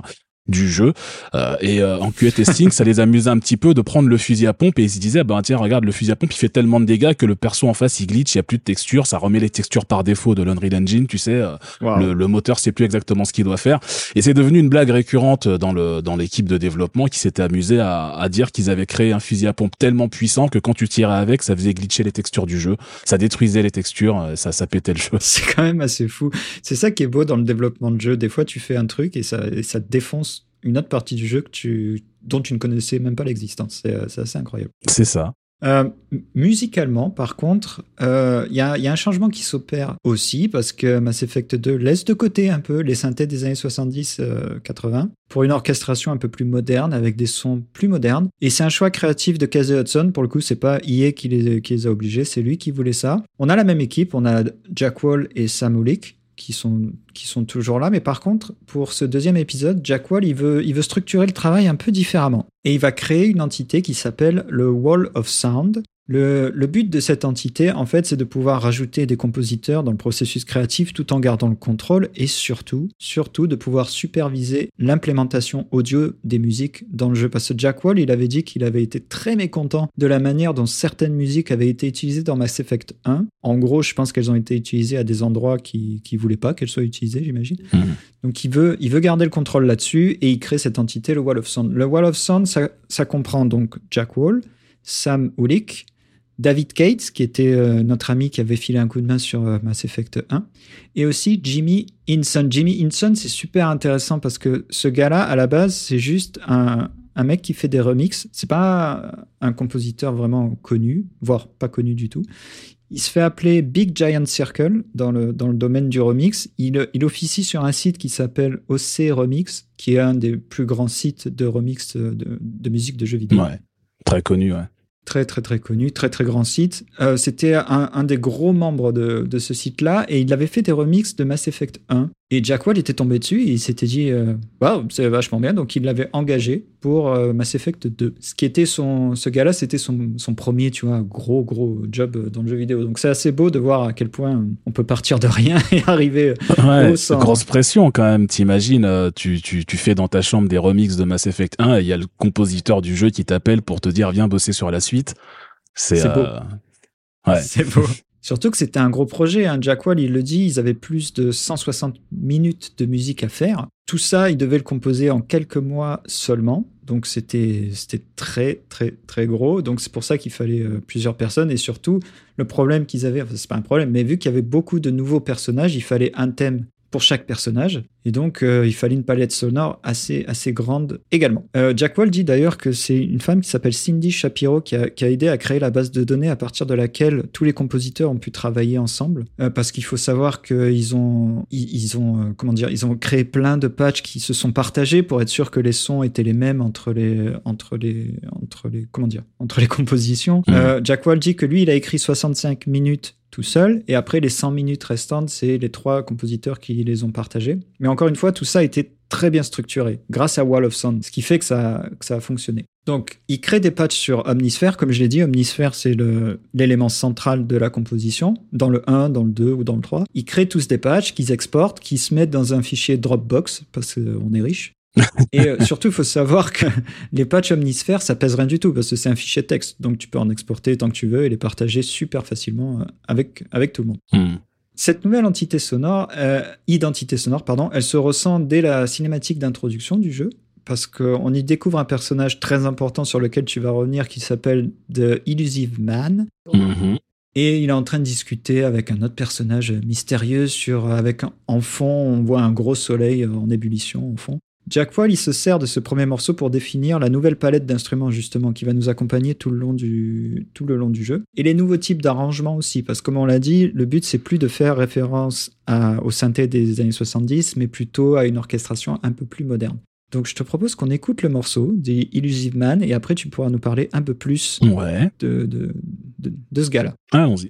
du jeu euh, et euh, en Q A testing ça les amusait un petit peu de prendre le fusil à pompe et ils se disaient bah tiens regarde le fusil à pompe il fait tellement de dégâts que le perso en face il glitch, il y a plus de texture, ça remet les textures par défaut de l'Unreal Engine, tu sais euh, wow. le, le moteur sait plus exactement ce qu'il doit faire et c'est devenu une blague récurrente dans le dans l'équipe de développement qui s'était amusé à, à dire qu'ils avaient créé un fusil à pompe tellement puissant que quand tu tirais avec ça faisait glitcher les textures du jeu, ça détruisait les textures, ça ça pétait le jeu. C'est quand même assez fou, c'est ça qui est beau dans le développement de jeu, des fois tu fais un truc et ça et ça défonce une autre partie du jeu que tu, dont tu ne connaissais même pas l'existence. C'est, c'est assez incroyable. C'est ça. Euh, musicalement, par contre, il euh, y, a, y a un changement qui s'opère aussi parce que Mass Effect deux laisse de côté un peu les synthés des années soixante-dix quatre-vingts pour une orchestration un peu plus moderne avec des sons plus modernes. Et c'est un choix créatif de Casey Hudson. Pour le coup, c'est pas E A qui les, qui les a obligés, c'est lui qui voulait ça. On a la même équipe, on a Jack Wall et Sam Ulick qui sont, qui sont toujours là. Mais par contre, pour ce deuxième épisode, Jack Wall, il veut, il veut structurer le travail un peu différemment. Et il va créer une entité qui s'appelle le Wall of Sound. Le, le but de cette entité, en fait, c'est de pouvoir rajouter des compositeurs dans le processus créatif tout en gardant le contrôle et surtout, surtout de pouvoir superviser l'implémentation audio des musiques dans le jeu. Parce que Jack Wall, il avait dit qu'il avait été très mécontent de la manière dont certaines musiques avaient été utilisées dans Mass Effect un. En gros, je pense qu'elles ont été utilisées à des endroits qui ne voulaient pas qu'elles soient utilisées, j'imagine. Mmh. Donc, il veut, il veut garder le contrôle là-dessus et il crée cette entité, le Wall of Sound. Le Wall of Sound, ça, ça comprend donc Jack Wall, Sam Ulick, David Cates, qui était euh, notre ami qui avait filé un coup de main sur euh, Mass Effect un, et aussi Jimmy Hinson. Jimmy Hinson, c'est super intéressant parce que ce gars-là, à la base, c'est juste un, un mec qui fait des remixes. C'est pas un compositeur vraiment connu, voire pas connu du tout. Il se fait appeler Big Giant Circle dans le, dans le domaine du remix. Il, il officie sur un site qui s'appelle O C Remix, qui est un des plus grands sites de remix de, de musique de jeux vidéo. Ouais, très connu, ouais. Très, très, très connu, très, très grand site. Euh, c'était un, un des gros membres de, de ce site-là et il avait fait des remixes de Mass Effect un. Et Jack Wall était tombé dessus et il s'était dit euh, « Waouh, c'est vachement bien ». Donc, il l'avait engagé pour euh, Mass Effect deux. Ce qui était son... Ce gars-là, c'était son, son premier, tu vois, gros, gros job dans le jeu vidéo. Donc, c'est assez beau de voir à quel point on peut partir de rien et arriver ouais, au sang. Grosse pression quand même, t'imagines, euh, tu, tu, tu fais dans ta chambre des remixes de Mass Effect un et il y a le compositeur du jeu qui t'appelle pour te dire « Viens bosser sur la suite ». C'est, c'est beau. Euh... Ouais. C'est beau. Surtout que c'était un gros projet. Hein. Jack Wall, il le dit, ils avaient plus de cent soixante minutes de musique à faire. Tout ça, ils devaient le composer en quelques mois seulement. Donc, c'était, c'était très, très, très gros. Donc, c'est pour ça qu'il fallait euh, plusieurs personnes. Et surtout, le problème qu'ils avaient, enfin, c'est pas un problème, mais vu qu'il y avait beaucoup de nouveaux personnages, il fallait un thème pour chaque personnage. Et donc, euh, il fallait une palette sonore assez, assez grande également. Euh, Jack Wall dit d'ailleurs que c'est une femme qui s'appelle Cindy Shapiro qui a, qui a aidé à créer la base de données à partir de laquelle tous les compositeurs ont pu travailler ensemble. Euh, parce qu'il faut savoir qu'ils ont, ils, ils ont, euh, comment dire, ils ont créé plein de patchs qui se sont partagés pour être sûr que les sons étaient les mêmes entre les, entre les, entre les, comment dire, entre les compositions. Mmh. Euh, Jack Wall dit que lui, il a écrit soixante-cinq minutes tout seul, et après les cent minutes restantes, c'est les trois compositeurs qui les ont partagés. Mais encore une fois, tout ça a été très bien structuré, grâce à Wall of Sound, ce qui fait que ça, que ça a fonctionné. Donc, il crée des patchs sur Omnisphere, comme je l'ai dit, Omnisphere, c'est le, l'élément central de la composition, dans le un, dans le deux ou dans le trois. Il crée tous des patchs qu'ils exportent, qui se mettent dans un fichier Dropbox, parce qu'on est riche. Et euh, surtout, il faut savoir que les patchs Omnisphere, ça pèse rien du tout parce que c'est un fichier texte. Donc, tu peux en exporter tant que tu veux et les partager super facilement avec, avec tout le monde. Mm. Cette nouvelle entité sonore, euh, identité sonore, pardon, elle se ressent dès la cinématique d'introduction du jeu parce qu'on y découvre un personnage très important sur lequel tu vas revenir qui s'appelle The Illusive Man. Mm-hmm. Et il est en train de discuter avec un autre personnage mystérieux sur, avec en fond, on voit un gros soleil en ébullition en fond. Jack Wall, il se sert de ce premier morceau pour définir la nouvelle palette d'instruments, justement, qui va nous accompagner tout le long du, tout le long du jeu. Et les nouveaux types d'arrangements aussi, parce que comme on l'a dit, le but, c'est plus de faire référence à, au synthé des années soixante-dix, mais plutôt à une orchestration un peu plus moderne. Donc, je te propose qu'on écoute le morceau des Illusive Man, et après, tu pourras nous parler un peu plus ouais. de, de, de, de ce gars-là. Allons-y.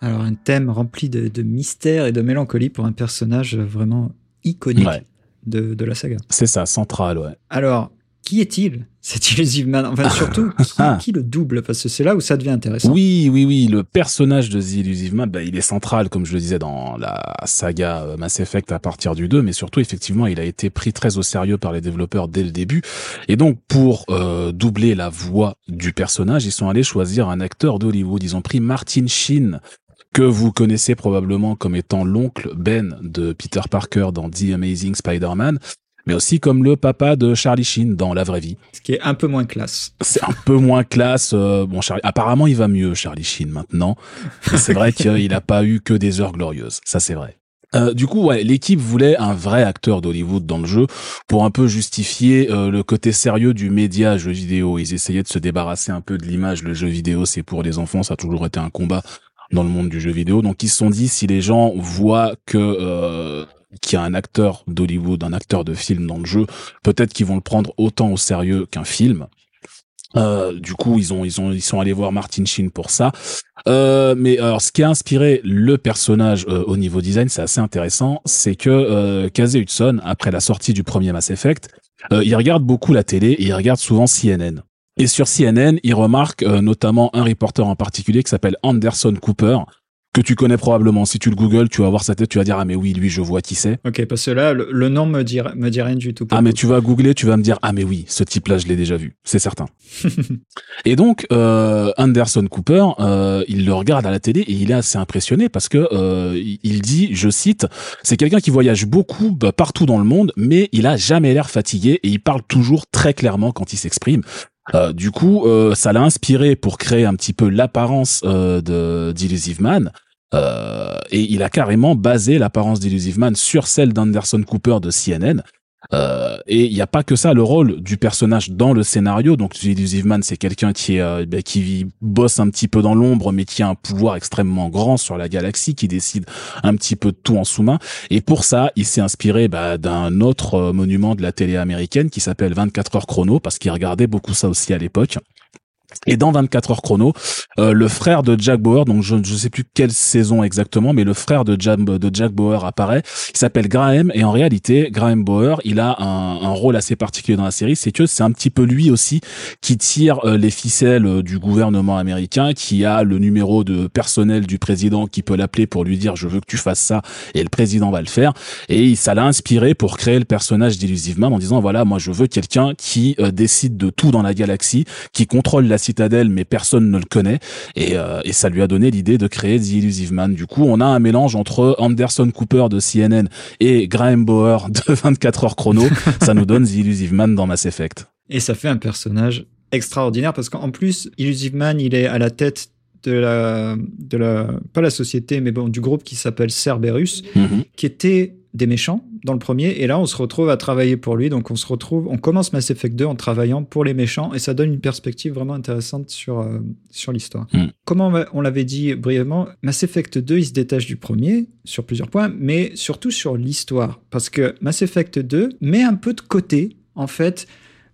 Alors, un thème rempli de, de mystère et de mélancolie pour un personnage vraiment iconique ouais. de, de la saga. C'est ça, central, ouais. Alors, qui est-il, cet Illusive Man ? Enfin, surtout, qui, qui le double ? Parce que c'est là où ça devient intéressant. Oui, oui, oui. Le personnage de The Illusive Man, bah, il est central, comme je le disais, dans la saga Mass Effect à partir du deux, mais surtout, effectivement, il a été pris très au sérieux par les développeurs dès le début. Et donc, pour euh, doubler la voix du personnage, ils sont allés choisir un acteur d'Hollywood. Ils ont pris Martin Sheen, que vous connaissez probablement comme étant l'oncle Ben de Peter Parker dans The Amazing Spider-Man, mais aussi comme le papa de Charlie Sheen dans La Vraie Vie. Ce qui est un peu moins classe. C'est un peu moins classe. Euh, bon, Charlie, apparemment, il va mieux, Charlie Sheen, maintenant. Et c'est vrai qu'il n'a pas eu que des heures glorieuses. Ça, c'est vrai. Euh, du coup, ouais, l'équipe voulait un vrai acteur d'Hollywood dans le jeu pour un peu justifier euh, le côté sérieux du média jeu vidéo. Ils essayaient de se débarrasser un peu de l'image. Le jeu vidéo, c'est pour les enfants. Ça a toujours été un combat dans le monde du jeu vidéo. Donc, ils se sont dit, si les gens voient que... Euh, qu'il y a un acteur d'Hollywood, un acteur de film dans le jeu, peut-être qu'ils vont le prendre autant au sérieux qu'un film. Euh, du coup, ils ont, ils ont, ils sont allés voir Martin Sheen pour ça. Euh, mais alors, ce qui a inspiré le personnage euh, au niveau design, c'est assez intéressant, c'est que euh, Casey Hudson, après la sortie du premier Mass Effect, euh, il regarde beaucoup la télé et il regarde souvent C N N. Et sur C N N, il remarque euh, notamment un reporter en particulier qui s'appelle Anderson Cooper, que tu connais probablement. Si tu le googles, tu vas voir sa tête, tu vas dire « Ah mais oui, lui, je vois qui c'est. » Ok, parce que là, le, le nom me dit, me dit rien du tout. Ah mais tu vas googler, tu vas me dire « Ah mais oui, ce type-là, je l'ai déjà vu. » C'est certain. Et donc, euh, Anderson Cooper, euh, il le regarde à la télé et il est assez impressionné parce que euh, il dit, je cite, « C'est quelqu'un qui voyage beaucoup bah, partout dans le monde, mais il a jamais l'air fatigué et il parle toujours très clairement quand il s'exprime. » Euh, du coup, euh, ça l'a inspiré pour créer un petit peu l'apparence euh, de d'Illusive Man. Euh, et il a carrément basé l'apparence d'Illusive Man sur celle d'Anderson Cooper de C N N. Euh, et il n'y a pas que ça, le rôle du personnage dans le scénario. Donc, Illusive Man, c'est quelqu'un qui est euh, bah, qui vit, bosse un petit peu dans l'ombre, mais qui a un pouvoir extrêmement grand sur la galaxie, qui décide un petit peu de tout en sous-main. Et pour ça, il s'est inspiré bah, d'un autre euh, monument de la télé américaine qui s'appelle vingt-quatre heures chrono, parce qu'il regardait beaucoup ça aussi à l'époque. Et dans vingt-quatre heures chrono, euh, le frère de Jack Bauer, donc je ne sais plus quelle saison exactement, mais le frère de Jack, de Jack Bauer apparaît, il s'appelle Graham, et en réalité, Graham Bauer, il a un, un rôle assez particulier dans la série, c'est que c'est un petit peu lui aussi qui tire euh, les ficelles euh, du gouvernement américain, qui a le numéro de personnel du président qui peut l'appeler pour lui dire « je veux que tu fasses ça », et le président va le faire, et ça l'a inspiré pour créer le personnage d'Illusive Man en disant « voilà, moi je veux quelqu'un qui euh, décide de tout dans la galaxie, qui contrôle la citadelle, mais personne ne le connaît. » Et, euh, et ça lui a donné l'idée de créer The Illusive Man. Du coup, on a un mélange entre Anderson Cooper de C N N et Graham Bauer de vingt-quatre heures chrono. Ça nous donne The Illusive Man dans Mass Effect. Et ça fait un personnage extraordinaire parce qu'en plus, Illusive Man, il est à la tête de la, de la, pas la société, mais bon, du groupe qui s'appelle Cerberus, mm-hmm. qui était des méchants dans le premier, et là on se retrouve à travailler pour lui, donc on se retrouve, on commence Mass Effect deux en travaillant pour les méchants, et ça donne une perspective vraiment intéressante sur, euh, sur l'histoire. Mm. Comme on, on l'avait dit brièvement, Mass Effect deux, il se détache du premier sur plusieurs points, mais surtout sur l'histoire, parce que Mass Effect deux met un peu de côté, en fait,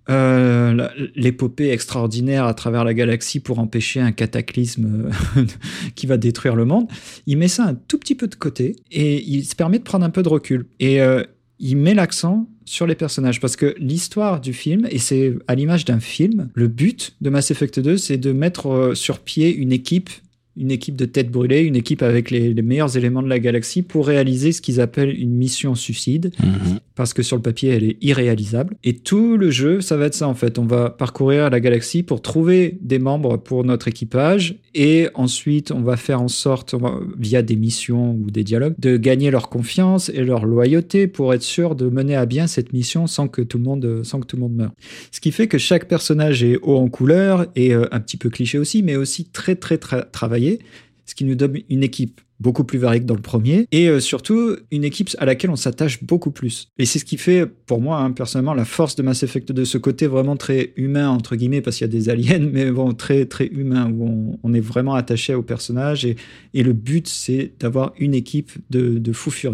Euh, l'épopée extraordinaire à travers la galaxie pour empêcher un cataclysme qui va détruire le monde. Il met ça un tout petit peu de côté et il se permet de prendre un peu de recul. Et euh, il met l'accent sur les personnages parce que l'histoire du film, et c'est à l'image d'un film, le but de Mass Effect deux, c'est de mettre sur pied une équipe une équipe de tête brûlée, une équipe avec les, les meilleurs éléments de la galaxie pour réaliser ce qu'ils appellent une mission suicide, mmh. parce que sur le papier, elle est irréalisable. Et tout le jeu, ça va être ça en fait. On va parcourir la galaxie pour trouver des membres pour notre équipage et ensuite, on va faire en sorte, on va, via des missions ou des dialogues, de gagner leur confiance et leur loyauté pour être sûr de mener à bien cette mission sans que tout le monde, sans que tout le monde meure. Ce qui fait que chaque personnage est haut en couleur et euh, un petit peu cliché aussi, mais aussi très, très tra- travaillé. Ce qui nous donne une équipe beaucoup plus variée que dans le premier, et euh, surtout une équipe à laquelle on s'attache beaucoup plus. Et c'est ce qui fait, pour moi, hein, personnellement, la force de Mass Effect deux, ce côté vraiment très humain, entre guillemets, parce qu'il y a des aliens, mais bon, très, très humain, où on, on est vraiment attaché au personnage, et, et le but, c'est d'avoir une équipe de, de fous furieux.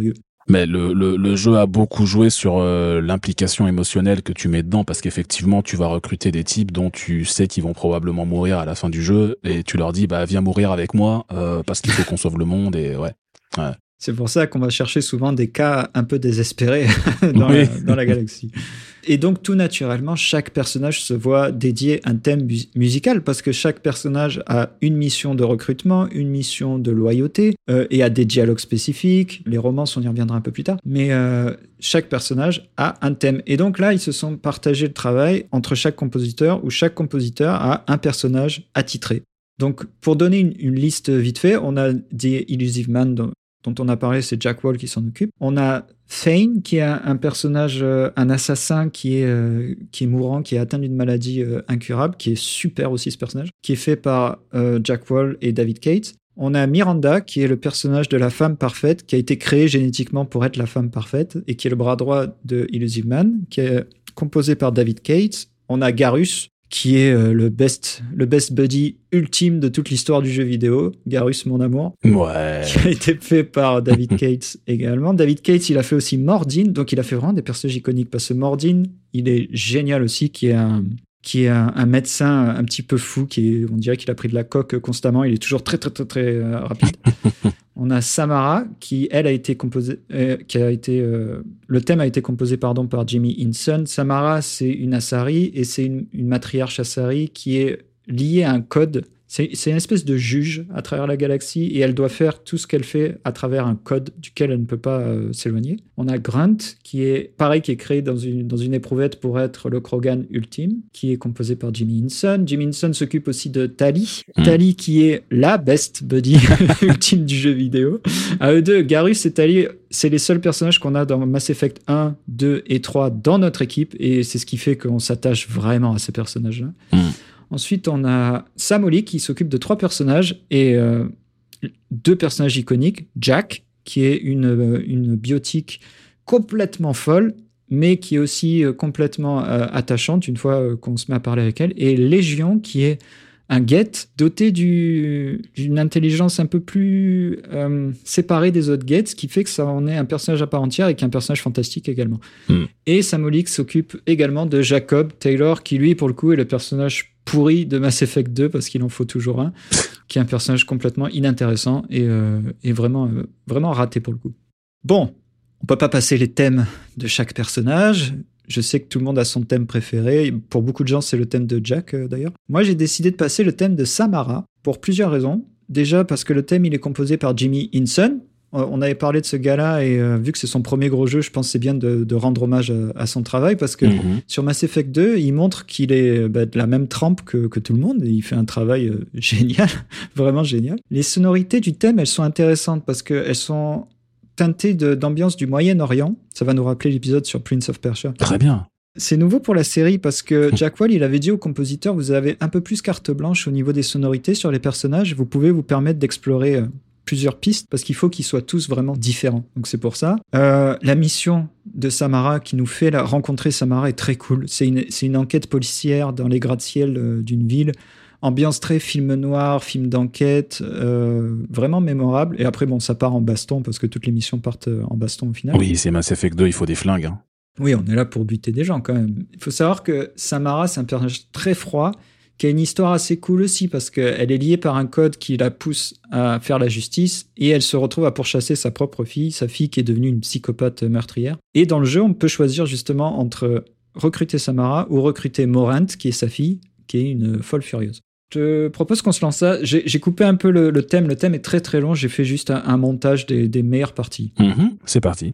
Mais le, le, le jeu a beaucoup joué sur euh, l'implication émotionnelle que tu mets dedans, parce qu'effectivement, tu vas recruter des types dont tu sais qu'ils vont probablement mourir à la fin du jeu, et tu leur dis, bah viens mourir avec moi, euh, parce qu'il faut qu'on sauve le monde, et ouais. ouais. C'est pour ça qu'on va chercher souvent des cas un peu désespérés dans, oui. la, dans la galaxie. Et donc, tout naturellement, chaque personnage se voit dédier un thème mu- musical parce que chaque personnage a une mission de recrutement, une mission de loyauté euh, et a des dialogues spécifiques. Les romances, on y reviendra un peu plus tard. Mais euh, chaque personnage a un thème. Et donc là, ils se sont partagés le travail entre chaque compositeur où chaque compositeur a un personnage attitré. Donc, pour donner une, une liste vite fait, on a des Illusive Man dont, dont on a parlé, c'est Jack Wall qui s'en occupe. On a Thane, qui est un, un personnage, euh, un assassin qui est, euh, qui est mourant, qui est atteint d'une maladie euh, incurable, qui est super aussi ce personnage, qui est fait par euh, Jack Wall et David Cates. On a Miranda, qui est le personnage de la femme parfaite, qui a été créée génétiquement pour être la femme parfaite, et qui est le bras droit de Illusive Man, qui est composé par David Cates. On a Garrus, qui est euh, le best le best buddy ultime de toute l'histoire du jeu vidéo, Garrus mon amour, ouais. qui a été fait par David Cates également. David Cates, il a fait aussi Mordin, donc il a fait vraiment des personnages iconiques, parce que Mordin, il est génial aussi, qui est un qui est un, un médecin un petit peu fou, qui est, on dirait qu'il a pris de la coke constamment, il est toujours très très très très euh, rapide. On a Samara, qui elle a été composée, euh, qui a été, euh, le thème a été composé pardon par Jimmy Hinson. Samara, c'est une Asari et c'est une, une matriarche Asari qui est liée à un code. C'est, c'est une espèce de juge à travers la galaxie et elle doit faire tout ce qu'elle fait à travers un code duquel elle ne peut pas euh, s'éloigner. On a Grunt, qui est pareil, qui est créé dans une, dans une éprouvette pour être le Krogan ultime, qui est composé par Jimmy Hinson. Jimmy Hinson s'occupe aussi de Tali. Mmh. Tali, qui est la best buddy ultime du jeu vidéo. À eux deux, Garrus et Tali, c'est les seuls personnages qu'on a dans Mass Effect un, deux et trois dans notre équipe et c'est ce qui fait qu'on s'attache vraiment à ces personnages-là. Mmh. Ensuite, on a Sam Ollie qui s'occupe de trois personnages et euh, deux personnages iconiques. Jack, qui est une, une biotique complètement folle, mais qui est aussi complètement euh, attachante une fois euh, qu'on se met à parler avec elle. Et Légion, qui est un Geth doté du, d'une intelligence un peu plus euh, séparée des autres Geths, ce qui fait que ça en est un personnage à part entière et qu'un personnage fantastique également. Mm. Et Sam Ollie s'occupe également de Jacob Taylor, qui lui, pour le coup, est le personnage pourri de Mass Effect deux, parce qu'il en faut toujours un, qui est un personnage complètement inintéressant et, euh, et vraiment, euh, vraiment raté pour le coup. Bon, on peut pas passer les thèmes de chaque personnage. Je sais que tout le monde a son thème préféré. Pour beaucoup de gens, c'est le thème de Jack, euh, d'ailleurs. Moi, j'ai décidé de passer le thème de Samara pour plusieurs raisons. Déjà, parce que le thème, il est composé par Jimmy Hinson. Euh, on avait parlé de ce gars-là, et euh, vu que c'est son premier gros jeu, je pense que c'est bien de, de rendre hommage à, à son travail, parce que mm-hmm. sur Mass Effect deux, il montre qu'il est bah, de la même trempe que, que tout le monde, et il fait un travail euh, génial, vraiment génial. Les sonorités du thème, elles sont intéressantes, parce qu'elles sont teintée de, d'ambiance du Moyen-Orient. Ça va nous rappeler l'épisode sur Prince of Persia. Très bien. C'est nouveau pour la série parce que Jack Wall, il avait dit au compositeur, vous avez un peu plus carte blanche au niveau des sonorités sur les personnages, vous pouvez vous permettre d'explorer euh, plusieurs pistes parce qu'il faut qu'ils soient tous vraiment différents. Donc c'est pour ça. Euh, la mission de Samara qui nous fait la, rencontrer Samara est très cool. C'est une, c'est une enquête policière dans les gratte-ciel euh, d'une ville. Ambiance très film noir, film d'enquête, euh, vraiment mémorable. Et après, bon, ça part en baston, parce que toutes les missions partent en baston au final. Oui, c'est Mass Effect deux, il faut des flingues. Hein. Oui, on est là pour buter des gens quand même. Il faut savoir que Samara, c'est un personnage très froid, qui a une histoire assez cool aussi, parce qu'elle est liée par un code qui la pousse à faire la justice, et elle se retrouve à pourchasser sa propre fille, sa fille qui est devenue une psychopathe meurtrière. Et dans le jeu, on peut choisir justement entre recruter Samara ou recruter Morant, qui est sa fille, qui est une folle furieuse. Je propose qu'on se lance ça. J'ai, j'ai coupé un peu le, le thème. Le thème est très très long. J'ai fait juste un, un montage des, des meilleures parties. Mmh, c'est parti.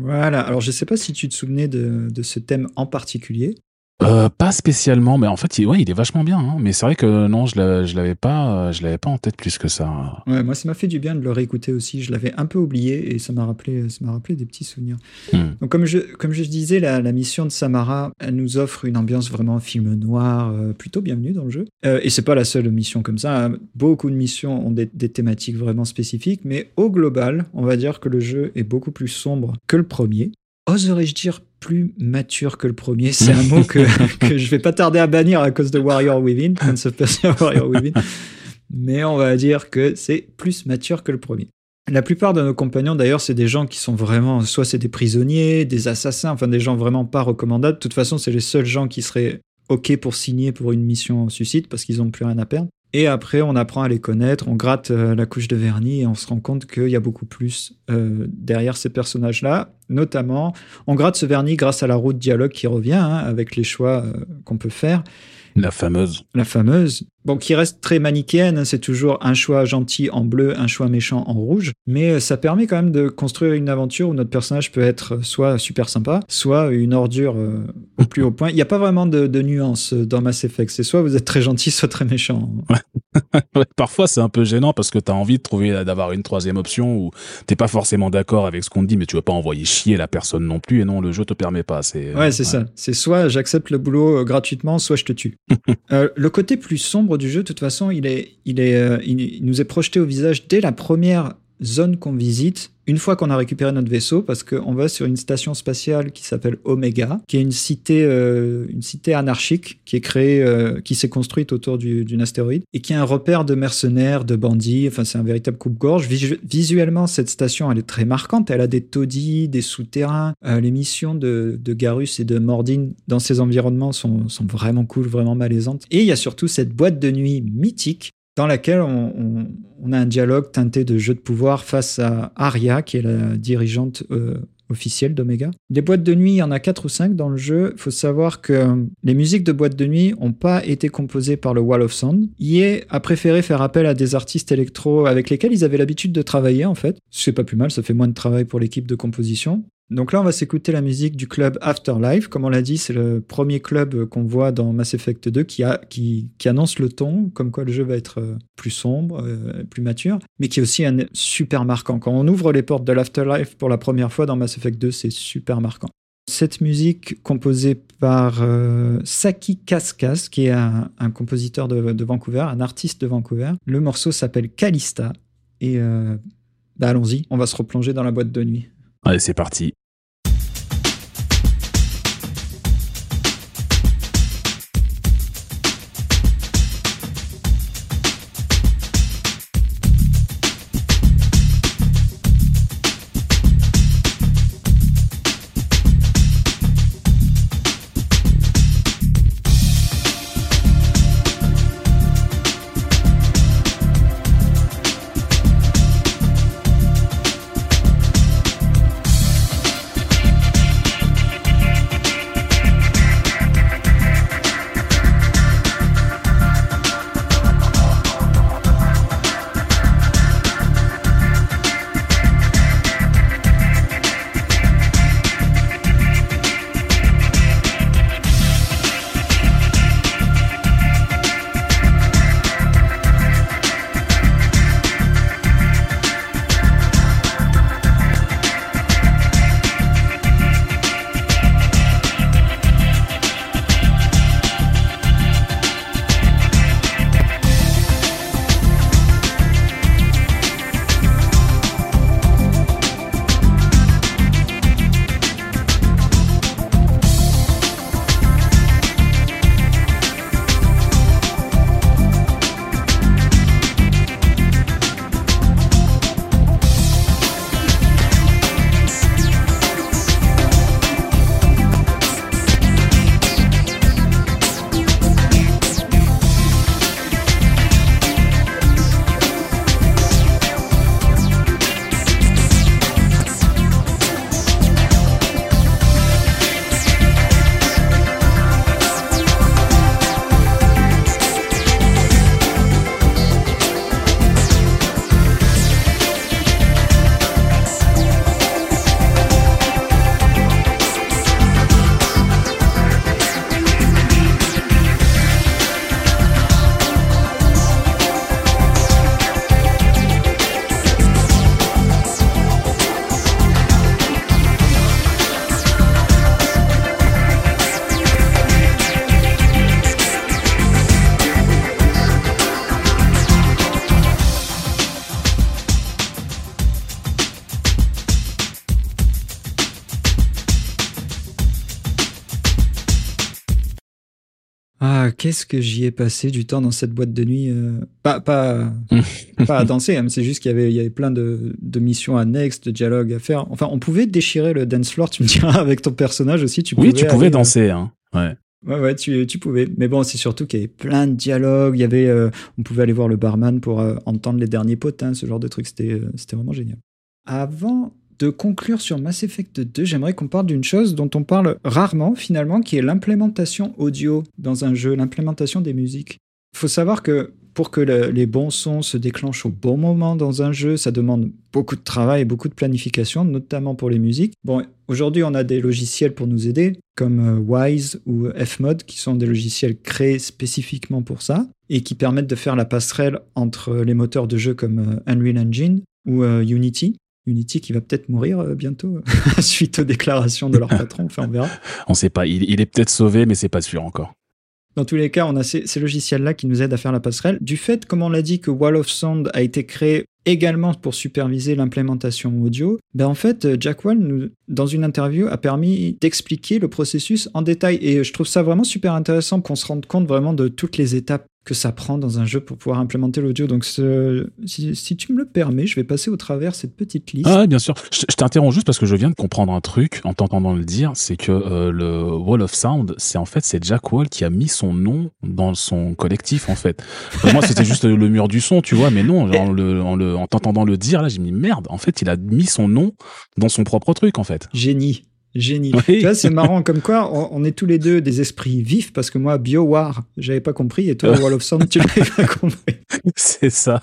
Voilà, alors je sais pas si tu te souvenais de, de ce thème en particulier. Euh, pas spécialement, mais en fait, il, ouais, il est vachement bien. Hein. Mais c'est vrai que non, je l'avais, je l'avais pas, je l'avais pas en tête plus que ça. Ouais, moi, ça m'a fait du bien de le réécouter aussi. Je l'avais un peu oublié et ça m'a rappelé, ça m'a rappelé des petits souvenirs. Hmm. Donc, comme je, comme je disais, la, la mission de Samara, elle nous offre une ambiance vraiment film noir, euh, plutôt bienvenue dans le jeu. Euh, et c'est pas la seule mission comme ça. Hein. Beaucoup de missions ont des, des thématiques vraiment spécifiques, mais au global, on va dire que le jeu est beaucoup plus sombre que le premier. Oserais-je dire plus mature que le premier? C'est un mot que, que je vais pas tarder à bannir à cause de Warrior Within, Prince of Persia Warrior Within. Mais on va dire que c'est plus mature que le premier. La plupart de nos compagnons, d'ailleurs, c'est des gens qui sont vraiment, soit c'est des prisonniers, des assassins, enfin des gens vraiment pas recommandables. De toute façon, c'est les seuls gens qui seraient OK pour signer pour une mission suicide parce qu'ils ont plus rien à perdre. Et après, on apprend à les connaître, on gratte euh, la couche de vernis et on se rend compte qu'il y a beaucoup plus euh, derrière ces personnages-là. Notamment, on gratte ce vernis grâce à la roue de dialogue qui revient, hein, avec les choix euh, qu'on peut faire. La fameuse. La fameuse. Bon, qui reste très manichéenne, hein, c'est toujours un choix gentil en bleu, un choix méchant en rouge, mais ça permet quand même de construire une aventure où notre personnage peut être soit super sympa, soit une ordure euh, au plus haut point. Il n'y a pas vraiment de, de nuance dans Mass Effect, c'est soit vous êtes très gentil, soit très méchant. Ouais, parfois c'est un peu gênant parce que t'as envie de trouver, d'avoir une troisième option où t'es pas forcément d'accord avec ce qu'on te dit, mais tu veux pas envoyer chier la personne non plus, et non, le jeu te permet pas. C'est, ouais, c'est ouais. ça. C'est soit j'accepte le boulot euh, gratuitement, soit je te tue. euh, le côté plus sombre du jeu, de toute façon, il est, il est, euh, il, il nous est projeté au visage dès la première zone qu'on visite, une fois qu'on a récupéré notre vaisseau, parce qu'on va sur une station spatiale qui s'appelle Omega, qui est une cité, euh, une cité anarchique qui est créée, euh, qui s'est construite autour du, d'une astéroïde, et qui est un repère de mercenaires, de bandits. Enfin, c'est un véritable coupe-gorge. Visu- visuellement, cette station, elle est très marquante. Elle a des taudis, des souterrains. Euh, les missions de, de Garrus et de Mordin dans ces environnements sont, sont vraiment cool, vraiment malaisantes. Et il y a surtout cette boîte de nuit mythique dans laquelle on, on, on a un dialogue teinté de jeu de pouvoir face à Aria, qui est la dirigeante euh, officielle d'Omega. Les boîtes de nuit, il y en a quatre ou cinq dans le jeu. Il faut savoir que les musiques de boîtes de nuit n'ont pas été composées par le Wall of Sound. E A a préféré faire appel à des artistes électro avec lesquels ils avaient l'habitude de travailler, en fait. C'est pas plus mal, ça fait moins de travail pour l'équipe de composition. Donc là, on va s'écouter la musique du club Afterlife. Comme on l'a dit, c'est le premier club qu'on voit dans Mass Effect deux qui, a, qui, qui annonce le ton, comme quoi le jeu va être plus sombre, euh, plus mature, mais qui est aussi un super marquant. Quand on ouvre les portes de l'Afterlife pour la première fois dans Mass Effect deux, c'est super marquant. Cette musique composée par euh, Saki Kaskas, qui est un, un compositeur de, de Vancouver, un artiste de Vancouver. Le morceau s'appelle Callista. Et euh, bah allons-y, on va se replonger dans la boîte de nuit. Allez, c'est parti. qu'est-ce que j'y ai passé du temps dans cette boîte de nuit euh, Pas, pas, pas à danser, hein, c'est juste qu'il y avait, il y avait plein de, de missions annexes, de dialogues à faire. Enfin, on pouvait déchirer le dance floor, tu me diras, avec ton personnage aussi. Tu oui, pouvais tu pouvais aller, danser, hein. Ouais. Ouais, ouais, tu, tu pouvais. Mais bon, c'est surtout qu'il y avait plein de dialogues. Il y avait, euh, on pouvait aller voir le barman pour euh, entendre les derniers potins, ce genre de trucs. C'était, euh, c'était vraiment génial. Avant de conclure sur Mass Effect deux, j'aimerais qu'on parle d'une chose dont on parle rarement finalement, qui est l'implémentation audio dans un jeu, l'implémentation des musiques. Il faut savoir que pour que le, les bons sons se déclenchent au bon moment dans un jeu, ça demande beaucoup de travail et beaucoup de planification, notamment pour les musiques. Bon, aujourd'hui, on a des logiciels pour nous aider, comme euh, Wise ou Fmod, qui sont des logiciels créés spécifiquement pour ça, et qui permettent de faire la passerelle entre les moteurs de jeu comme euh, Unreal Engine ou euh, Unity. Unity qui va peut-être mourir euh, bientôt, suite aux déclarations de leur patron, enfin on verra. On sait pas, il, il est peut-être sauvé, mais c'est pas sûr encore. Dans tous les cas, on a ces, ces logiciels-là qui nous aident à faire la passerelle. Du fait, comme on l'a dit, que Wall of Sound a été créé également pour superviser l'implémentation audio, ben en fait, Jack Wall, nous, dans une interview, a permis d'expliquer le processus en détail. Et je trouve ça vraiment super intéressant qu'on se rende compte vraiment de toutes les étapes que ça prend dans un jeu pour pouvoir implémenter l'audio. Donc, ce, si, si tu me le permets, je vais passer au travers cette petite liste. Ah ouais, bien sûr. Je, je t'interromps juste parce que je viens de comprendre un truc en t'entendant le dire, c'est que euh, le Wall of Sound, c'est en fait c'est Jack Wall qui a mis son nom dans son collectif en fait. Pour moi, c'était juste le mur du son, tu vois, mais non, genre, en, le, en, le, en t'entendant le dire, là, j'ai mis merde. En fait, il a mis son nom dans son propre truc en fait. Génie. Génie. Oui. Tu vois, c'est marrant comme quoi on, on est tous les deux des esprits vifs parce que moi, BioWare, j'avais pas compris et toi, Wall of Sound, tu l'avais pas compris. C'est ça.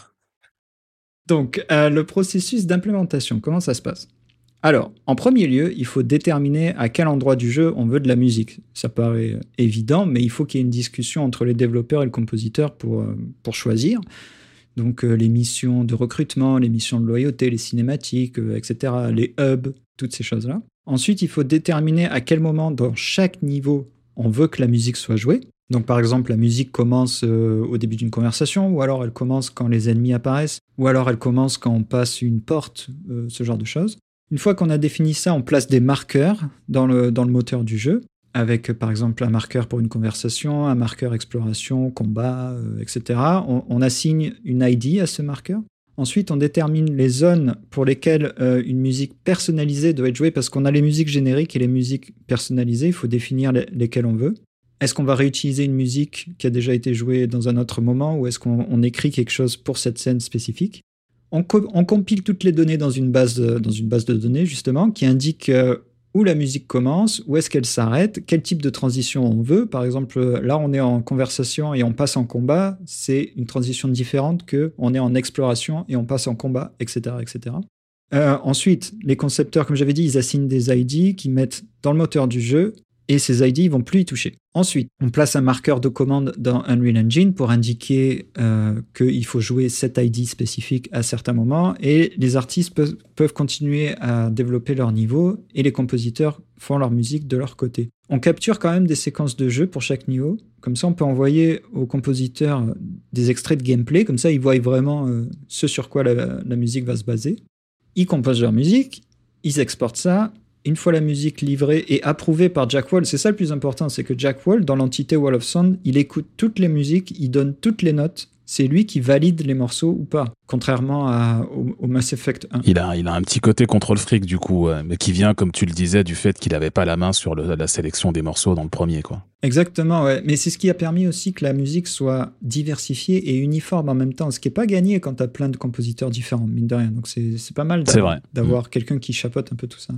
Donc, euh, le processus d'implémentation, comment ça se passe ? Alors, en premier lieu, il faut déterminer à quel endroit du jeu on veut de la musique. Ça paraît évident, mais il faut qu'il y ait une discussion entre les développeurs et le compositeur pour, euh, pour choisir. Donc, euh, les missions de recrutement, les missions de loyauté, les cinématiques, euh, et cetera, les hubs, toutes ces choses-là. Ensuite, il faut déterminer à quel moment dans chaque niveau on veut que la musique soit jouée. Donc par exemple, la musique commence euh, au début d'une conversation, ou alors elle commence quand les ennemis apparaissent, ou alors elle commence quand on passe une porte, euh, ce genre de choses. Une fois qu'on a défini ça, on place des marqueurs dans le, dans le moteur du jeu, avec euh, par exemple un marqueur pour une conversation, un marqueur exploration, combat, euh, et cetera. On, on assigne une I D à ce marqueur. Ensuite, on détermine les zones pour lesquelles euh, une musique personnalisée doit être jouée, parce qu'on a les musiques génériques et les musiques personnalisées, il faut définir les, lesquelles on veut. Est-ce qu'on va réutiliser une musique qui a déjà été jouée dans un autre moment, ou est-ce qu'on on écrit quelque chose pour cette scène spécifique ? on, co- on compile toutes les données dans une base de, dans une base de données, justement, qui indique euh, où la musique commence, où est-ce qu'elle s'arrête, quel type de transition on veut. Par exemple, là, on est en conversation et on passe en combat. C'est une transition différente que on est en exploration et on passe en combat, et cetera, et cetera. Euh, ensuite, les concepteurs, comme j'avais dit, ils assignent des I D qu'ils mettent dans le moteur du jeu, et ces I D, ils vont plus y toucher. Ensuite, on place un marqueur de commande dans Unreal Engine pour indiquer euh, qu'il faut jouer cet I D spécifique à certains moments, et les artistes peuvent, peuvent continuer à développer leur niveau, et les compositeurs font leur musique de leur côté. On capture quand même des séquences de jeu pour chaque niveau, comme ça on peut envoyer aux compositeurs des extraits de gameplay, comme ça ils voient vraiment euh, ce sur quoi la, la musique va se baser. Ils composent leur musique, ils exportent ça. Une fois la musique livrée et approuvée par Jack Wall, c'est ça le plus important, c'est que Jack Wall, dans l'entité Wall of Sound, il écoute toutes les musiques, il donne toutes les notes, c'est lui qui valide les morceaux ou pas, contrairement à, au, au Mass Effect un. Il a, il a un petit côté contrôle fric du coup, ouais, mais qui vient, comme tu le disais, du fait qu'il n'avait pas la main sur le, la sélection des morceaux dans le premier, quoi. Exactement, ouais. Mais c'est ce qui a permis aussi que la musique soit diversifiée et uniforme en même temps, ce qui n'est pas gagné quand tu as plein de compositeurs différents, mine de rien. Donc c'est, c'est pas mal d'avoir, d'avoir mmh. quelqu'un qui chapeaute un peu tout ça.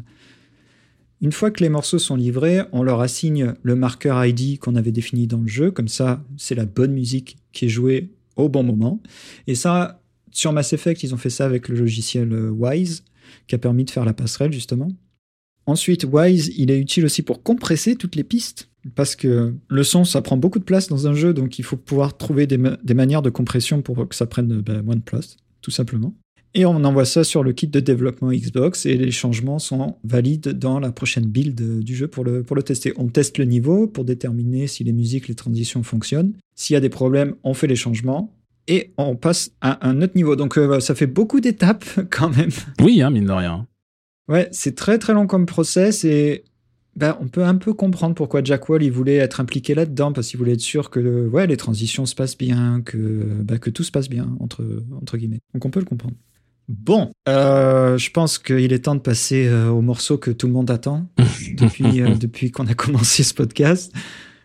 Une fois que les morceaux sont livrés, on leur assigne le marqueur I D qu'on avait défini dans le jeu. Comme ça, c'est la bonne musique qui est jouée au bon moment. Et ça, sur Mass Effect, ils ont fait ça avec le logiciel Wise, qui a permis de faire la passerelle, justement. Ensuite, Wise, il est utile aussi pour compresser toutes les pistes, parce que le son, ça prend beaucoup de place dans un jeu, donc il faut pouvoir trouver des, ma- des manières de compression pour que ça prenne ben, moins de place, tout simplement. Et on envoie ça sur le kit de développement Xbox et les changements sont valides dans la prochaine build du jeu pour le, pour le tester. On teste le niveau pour déterminer si les musiques, les transitions fonctionnent. S'il y a des problèmes, on fait les changements et on passe à un autre niveau. Donc euh, ça fait beaucoup d'étapes quand même. Oui, hein, mine de rien. Ouais, c'est très très long comme process et Ben, on peut un peu comprendre pourquoi Jack Wall il voulait être impliqué là-dedans, parce qu'il voulait être sûr que ouais, les transitions se passent bien, que, ben, que tout se passe bien, entre, entre guillemets. Donc on peut le comprendre. Bon, euh, je pense qu'il est temps de passer euh, au morceau que tout le monde attend depuis, euh, depuis qu'on a commencé ce podcast.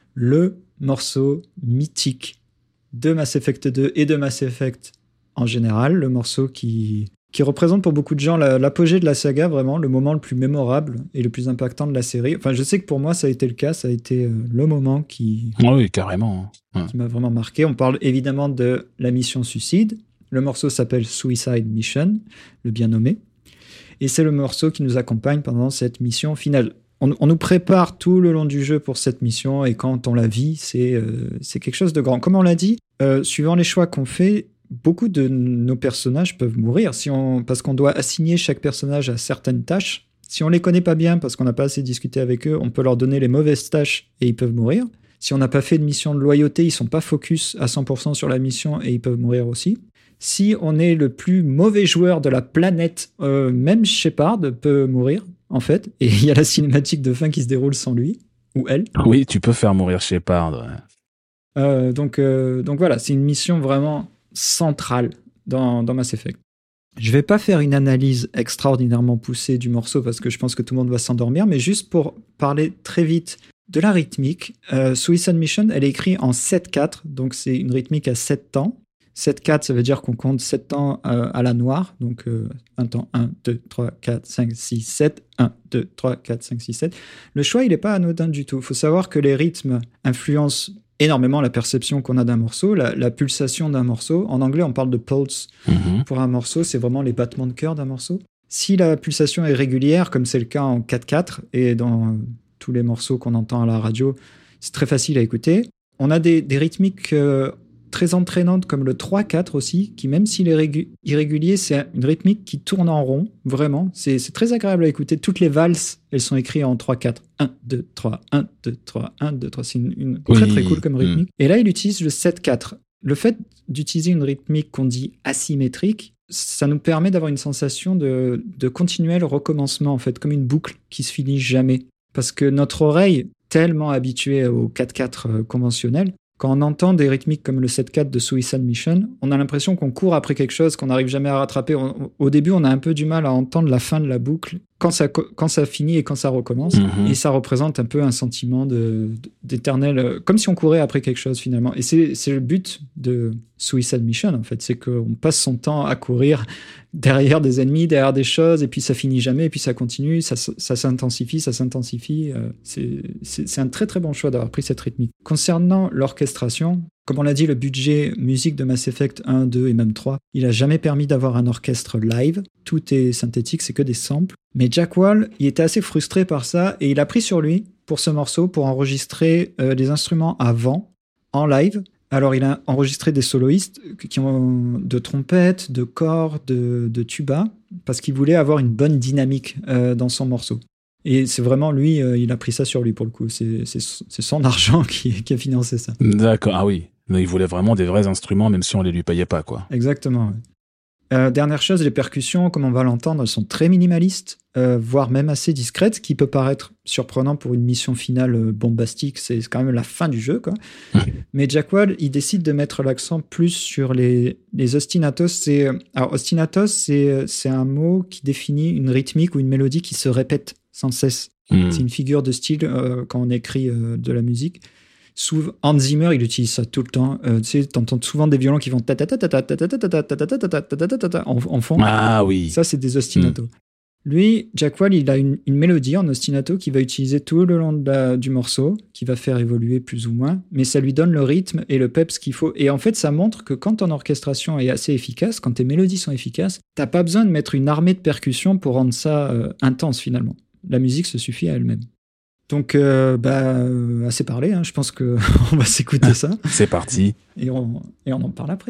Le morceau mythique de Mass Effect deux et de Mass Effect en général. Le morceau qui... qui représente pour beaucoup de gens la, l'apogée de la saga, vraiment, le moment le plus mémorable et le plus impactant de la série. Enfin, je sais que pour moi, ça a été le cas, ça a été euh, le moment qui, oui, carrément. qui ouais. m'a vraiment marqué. On parle évidemment de la mission Suicide. Le morceau s'appelle Suicide Mission, le bien nommé. Et c'est le morceau qui nous accompagne pendant cette mission finale. On, on nous prépare tout le long du jeu pour cette mission, et quand on la vit, c'est, euh, c'est quelque chose de grand. Comme on l'a dit, euh, suivant les choix qu'on fait, beaucoup de nos personnages peuvent mourir si on, parce qu'on doit assigner chaque personnage à certaines tâches. Si on les connaît pas bien parce qu'on n'a pas assez discuté avec eux, on peut leur donner les mauvaises tâches et ils peuvent mourir. Si on n'a pas fait de mission de loyauté, ils sont pas focus à cent pour cent sur la mission et ils peuvent mourir aussi. Si on est le plus mauvais joueur de la planète, euh, même Shepard peut mourir, en fait. Et il y a la cinématique de fin qui se déroule sans lui, ou elle. Oui, tu peux faire mourir Shepard. Ouais. Euh, donc, euh, donc voilà, c'est une mission vraiment centrale dans, dans Mass Effect. Je vais pas faire une analyse extraordinairement poussée du morceau parce que je pense que tout le monde va s'endormir, mais juste pour parler très vite de la rythmique, euh, Suicide Mission, elle est écrite en sept quatre, donc c'est une rythmique à sept temps. sept quatre, ça veut dire qu'on compte sept temps euh, à la noire, donc euh, un temps un, deux, trois, quatre, cinq, six, sept, un, deux, trois, quatre, cinq, six, sept. Le choix, il n'est pas anodin du tout. Il faut savoir que les rythmes influencent énormément la perception qu'on a d'un morceau, la, la pulsation d'un morceau. En anglais, on parle de pulse. Mm-hmm. Pour un morceau, c'est vraiment les battements de cœur d'un morceau. Si la pulsation est régulière, comme c'est le cas en quatre quatre, et dans tous les morceaux qu'on entend à la radio, c'est très facile à écouter. On a des, des rythmiques euh, très entraînantes, comme le trois quatre aussi, qui même s'il est régu- irrégulier, c'est une rythmique qui tourne en rond, vraiment. C'est, c'est très agréable à écouter. Toutes les valses, elles sont écrites en trois quatre. un, deux, trois, un, deux, trois, un, deux, trois. C'est une, une oui. très très cool comme rythmique. Mmh. Et là, il utilise le sept quatre. Le fait d'utiliser une rythmique qu'on dit asymétrique, ça nous permet d'avoir une sensation de, de continuel recommencement, en fait, comme une boucle qui se finit jamais. Parce que notre oreille, tellement habituée au quatre quatre conventionnel, quand on entend des rythmiques comme le sept quatre de Suicide Mission, on a l'impression qu'on court après quelque chose qu'on n'arrive jamais à rattraper. On, au début, on a un peu du mal à entendre la fin de la boucle quand ça, quand ça finit et quand ça recommence. Mm-hmm. Et ça représente un peu un sentiment de, d'éternel... Comme si on courait après quelque chose, finalement. Et c'est, c'est le but de Suicide Mission, en fait. C'est qu'on passe son temps à courir derrière des ennemis, derrière des choses, et puis ça finit jamais, et puis ça continue, ça, ça s'intensifie, ça s'intensifie. C'est, c'est, c'est un très très bon choix d'avoir pris cette rythmique. Concernant l'orchestration, comme on l'a dit, le budget musique de Mass Effect un, deux et même trois, il a jamais permis d'avoir un orchestre live. Tout est synthétique, c'est que des samples. Mais Jack Wall, il était assez frustré par ça, et il a pris sur lui, pour ce morceau, pour enregistrer euh, des instruments à vent, en live. Alors, il a enregistré des soloistes qui ont de trompettes, de cordes, de, de tuba, parce qu'il voulait avoir une bonne dynamique euh, dans son morceau. Et c'est vraiment lui, euh, il a pris ça sur lui pour le coup. C'est, c'est, c'est son argent qui, qui a financé ça. D'accord, ah oui. Il voulait vraiment des vrais instruments, même si on les lui payait pas, quoi. Exactement, ouais. Euh, dernière chose, les percussions, comme on va l'entendre, elles sont très minimalistes, euh, voire même assez discrètes, ce qui peut paraître surprenant pour une mission finale euh, bombastique. C'est quand même la fin du jeu, quoi. Mais Jack Wall, il décide de mettre l'accent plus sur les, les ostinatos. C'est, alors, ostinatos, c'est, c'est un mot qui définit une rythmique ou une mélodie qui se répète sans cesse. Mmh. C'est une figure de style euh, quand on écrit euh, de la musique. Souvent, Hans Zimmer, il utilise ça tout le temps. Euh, tu sais, t'entends souvent des violons qui vont en fond. Ah oui. Ça, c'est des ostinatos. Mm. Lui, Jack Wall, il a une, une mélodie en ostinato qu'il va utiliser tout le long de la, du morceau, qui va faire évoluer plus ou moins, mais ça lui donne le rythme et le peps qu'il faut. Et en fait, ça montre que quand ton orchestration est assez efficace, quand tes mélodies sont efficaces, t'as pas besoin de mettre une armée de percussions pour rendre ça euh, intense finalement. La musique se suffit à elle-même. Donc, euh, bah, euh, assez parlé, hein. Je pense qu'on va s'écouter ça. C'est parti. Et on, et on en parle après.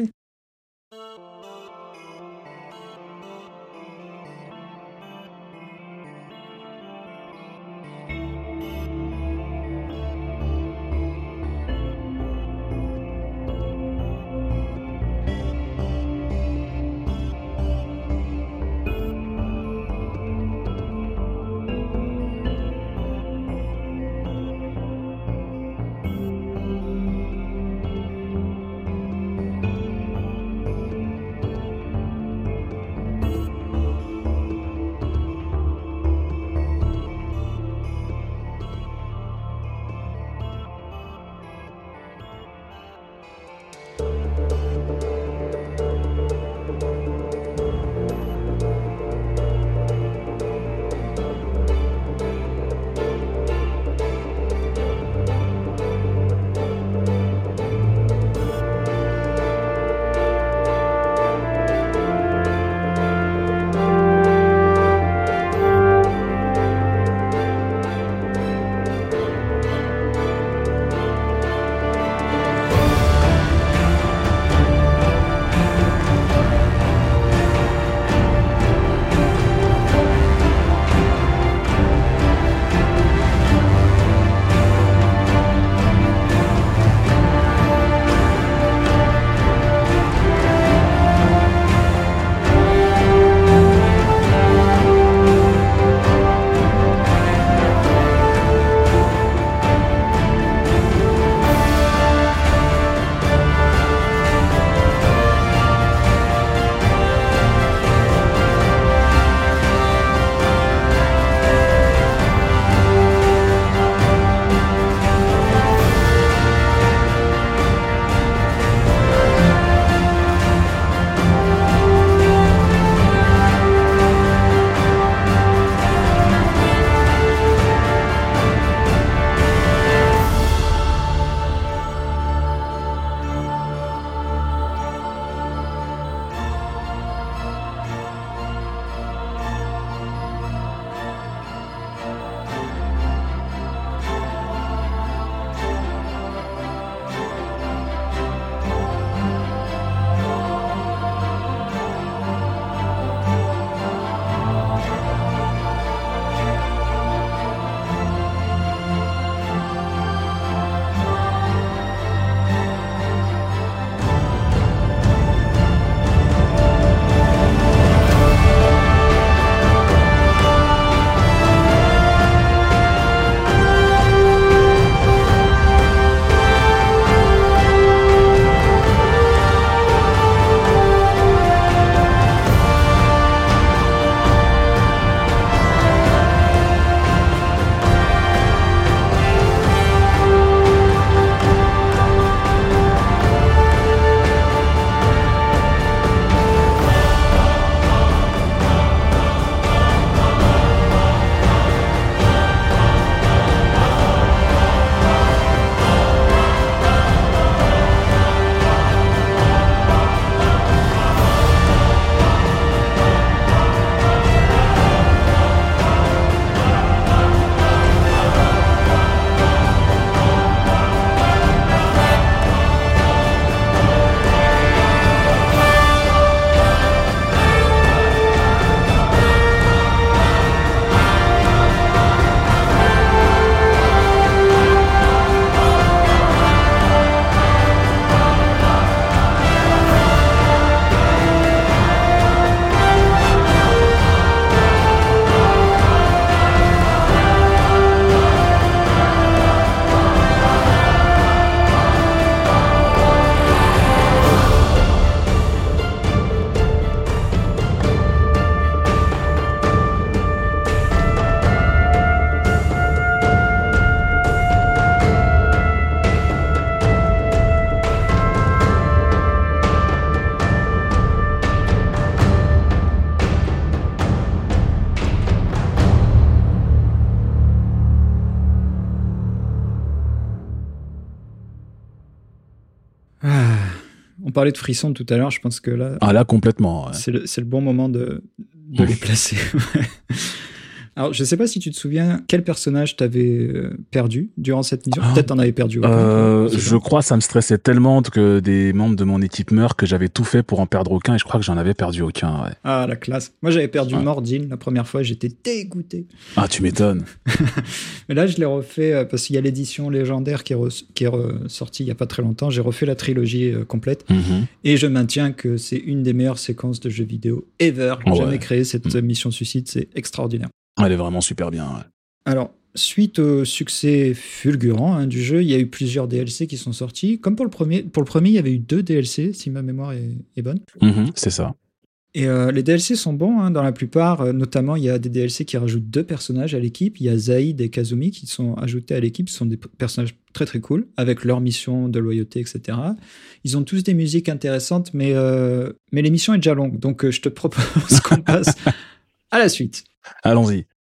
parlait de frissons tout à l'heure, je pense que là... Ah là, complètement. Ouais. C'est, le, c'est le bon moment de, de les placer. Alors, je sais pas si tu te souviens quel personnage t'avais perdu durant cette mission. Ah, Peut-être t'en avais perdu aucun. Euh, je crois ça me stressait tellement que des membres de mon équipe meurent que j'avais tout fait pour en perdre aucun et je crois que j'en avais perdu aucun. Ouais. Ah, la classe. Moi, j'avais perdu Ouais. Mordin la première fois, j'étais dégoûté. Ah, tu m'étonnes. Mais là, je l'ai refait euh, parce qu'il y a l'édition légendaire qui est, re- qui est ressortie il y a pas très longtemps. J'ai refait la trilogie euh, complète Mm-hmm. et je maintiens que c'est une des meilleures séquences de jeux vidéo ever Oh, jamais ouais. créée. Cette Mm. mission suicide, c'est extraordinaire. Elle est vraiment super bien. Ouais. Alors, suite au succès fulgurant hein, du jeu, il y a eu plusieurs D L C qui sont sortis. Comme pour le premier, pour le premier, il y avait eu deux D L C, si ma mémoire est, est bonne. Mm-hmm, c'est ça. Et euh, les D L C sont bons hein, dans la plupart. Euh, notamment, il y a des D L C qui rajoutent deux personnages à l'équipe. Il y a Zaid et Kazumi qui sont ajoutés à l'équipe. Ce sont des p- personnages très très cool, avec leur mission de loyauté, et cetera. Ils ont tous des musiques intéressantes, mais, euh, mais l'émission est déjà longue. Donc, euh, je te propose qu'on passe à la suite. Allons-y.